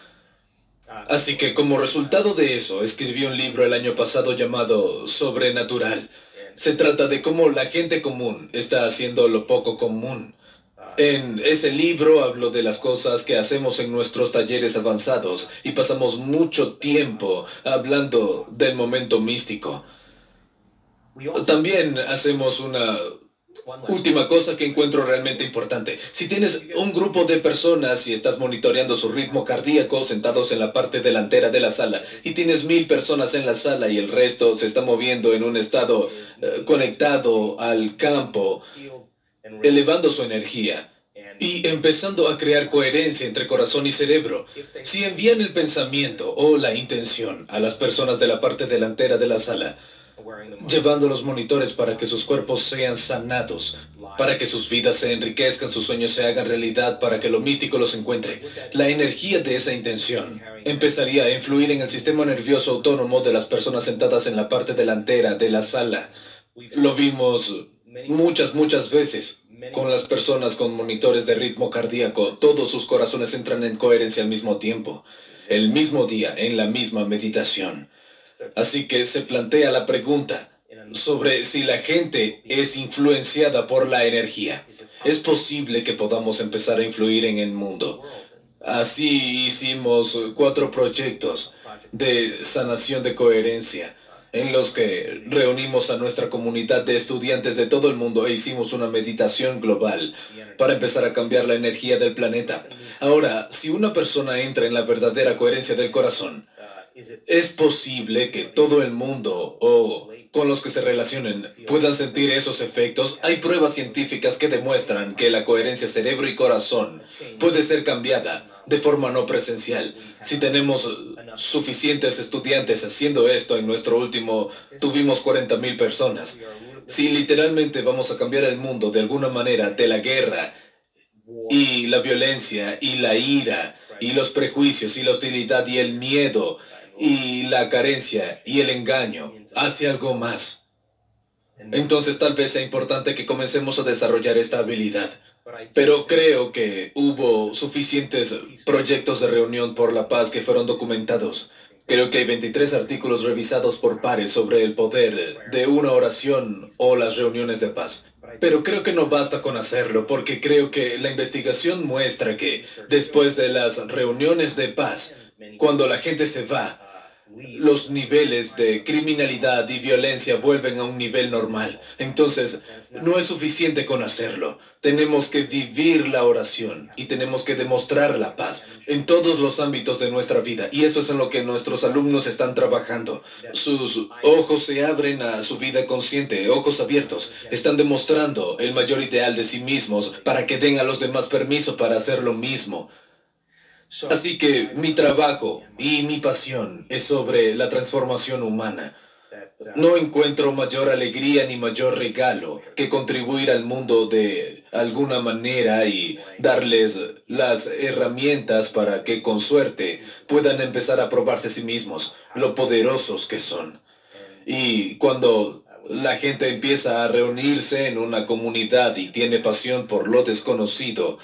S1: Así que como resultado de eso, escribí un libro el año pasado llamado Sobrenatural. Se trata de cómo la gente común está haciendo lo poco común. En ese libro hablo de las cosas que hacemos en nuestros talleres avanzados y pasamos mucho tiempo hablando del momento místico. También hacemos una última cosa que encuentro realmente importante. Si tienes un grupo de personas y estás monitoreando su ritmo cardíaco sentados en la parte delantera de la sala y tienes mil personas en la sala y el resto se está moviendo en un estado eh, conectado al campo, elevando su energía y empezando a crear coherencia entre corazón y cerebro. Si envían el pensamiento o la intención a las personas de la parte delantera de la sala, llevando los monitores para que sus cuerpos sean sanados, para que sus vidas se enriquezcan, sus sueños se hagan realidad, para que lo místico los encuentre, la energía de esa intención empezaría a influir en el sistema nervioso autónomo de las personas sentadas en la parte delantera de la sala. Lo vimos muchas, muchas veces con las personas con monitores de ritmo cardíaco. Todos sus corazones entran en coherencia al mismo tiempo, el mismo día, en la misma meditación. Así que se plantea la pregunta sobre si la gente es influenciada por la energía. Es posible que podamos empezar a influir en el mundo. Así hicimos cuatro proyectos de sanación de coherencia, en los que reunimos a nuestra comunidad de estudiantes de todo el mundo e hicimos una meditación global para empezar a cambiar la energía del planeta. Ahora, si una persona entra en la verdadera coherencia del corazón, es posible que todo el mundo o con los que se relacionen puedan sentir esos efectos. Hay pruebas científicas que demuestran que la coherencia cerebro y corazón puede ser cambiada de forma no presencial. Si tenemos suficientes estudiantes haciendo esto, en nuestro último tuvimos cuarenta mil personas. Si literalmente vamos a cambiar el mundo de alguna manera, de la guerra y la violencia y la ira y los prejuicios y la hostilidad y el miedo y la carencia y el engaño hacia algo más, entonces tal vez sea importante que comencemos a desarrollar esta habilidad. Pero creo que hubo suficientes proyectos de reunión por la paz que fueron documentados Creo que hay veintitrés artículos revisados por pares sobre el poder de una oración o las reuniones de paz. Pero creo que no basta con hacerlo, porque creo que la investigación muestra que después de las reuniones de paz, cuando la gente se va, los niveles de criminalidad y violencia vuelven a un nivel normal. Entonces, no es suficiente con hacerlo. Tenemos que vivir la oración y tenemos que demostrar la paz en todos los ámbitos de nuestra vida. Y eso es en lo que nuestros alumnos están trabajando. Sus ojos se abren a su vida consciente, ojos abiertos. Están demostrando el mayor ideal de sí mismos para que den a los demás permiso para hacer lo mismo. Así que mi trabajo y mi pasión es sobre la transformación humana. No encuentro mayor alegría ni mayor regalo que contribuir al mundo de alguna manera y darles las herramientas para que con suerte puedan empezar a probarse a sí mismos, lo poderosos que son. Y cuando la gente empieza a reunirse en una comunidad y tiene pasión por lo desconocido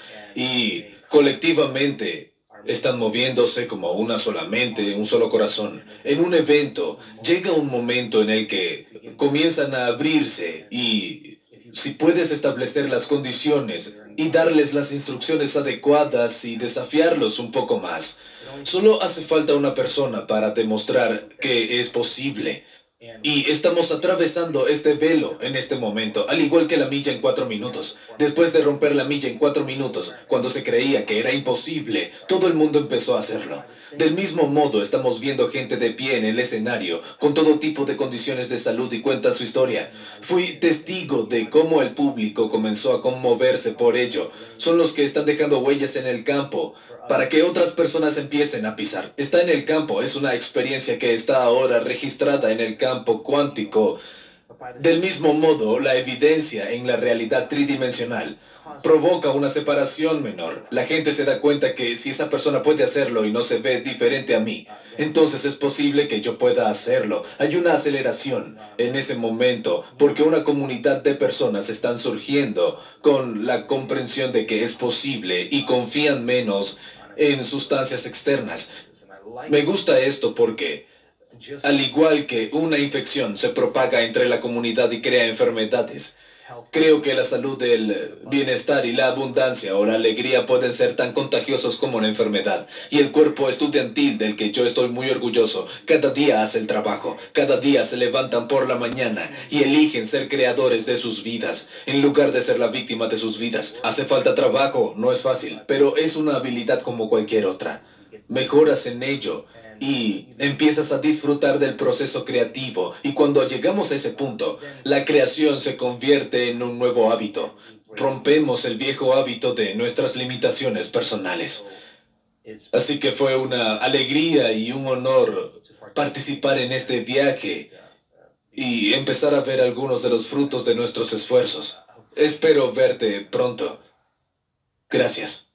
S1: y colectivamente están moviéndose como una sola mente, un solo corazón. En un evento llega un momento en el que comienzan a abrirse y si puedes establecer las condiciones y darles las instrucciones adecuadas y desafiarlos un poco más, solo hace falta una persona para demostrar que es posible. Y estamos atravesando este velo en este momento, al igual que la milla en cuatro minutos. Después de romper la milla en cuatro minutos, cuando se creía que era imposible, todo el mundo empezó a hacerlo. Del mismo modo, estamos viendo gente de pie en el escenario, con todo tipo de condiciones de salud y cuentan su historia. Fui testigo de cómo el público comenzó a conmoverse por ello. Son los que están dejando huellas en el campo, para que otras personas empiecen a pisar. Está en el campo, es una experiencia que está ahora registrada en el campo cuántico. Del mismo modo, la evidencia en la realidad tridimensional provoca una separación menor. La gente se da cuenta que si esa persona puede hacerlo y no se ve diferente a mí, entonces es posible que yo pueda hacerlo. Hay una aceleración en ese momento porque una comunidad de personas están surgiendo con la comprensión de que es posible y confían menos en sustancias externas. Me gusta esto porque, al igual que una infección se propaga entre la comunidad y crea enfermedades, creo que la salud, el bienestar y la abundancia o la alegría pueden ser tan contagiosos como la enfermedad. Y el cuerpo estudiantil del que yo estoy muy orgulloso, cada día hace el trabajo, cada día se levantan por la mañana y eligen ser creadores de sus vidas, en lugar de ser la víctima de sus vidas. Hace falta trabajo, no es fácil, pero es una habilidad como cualquier otra. Mejoras en ello y empiezas a disfrutar del proceso creativo. Y cuando llegamos a ese punto, la creación se convierte en un nuevo hábito. Rompemos el viejo hábito de nuestras limitaciones personales. Así que fue una alegría y un honor participar en este viaje y empezar a ver algunos de los frutos de nuestros esfuerzos. Espero verte pronto. Gracias.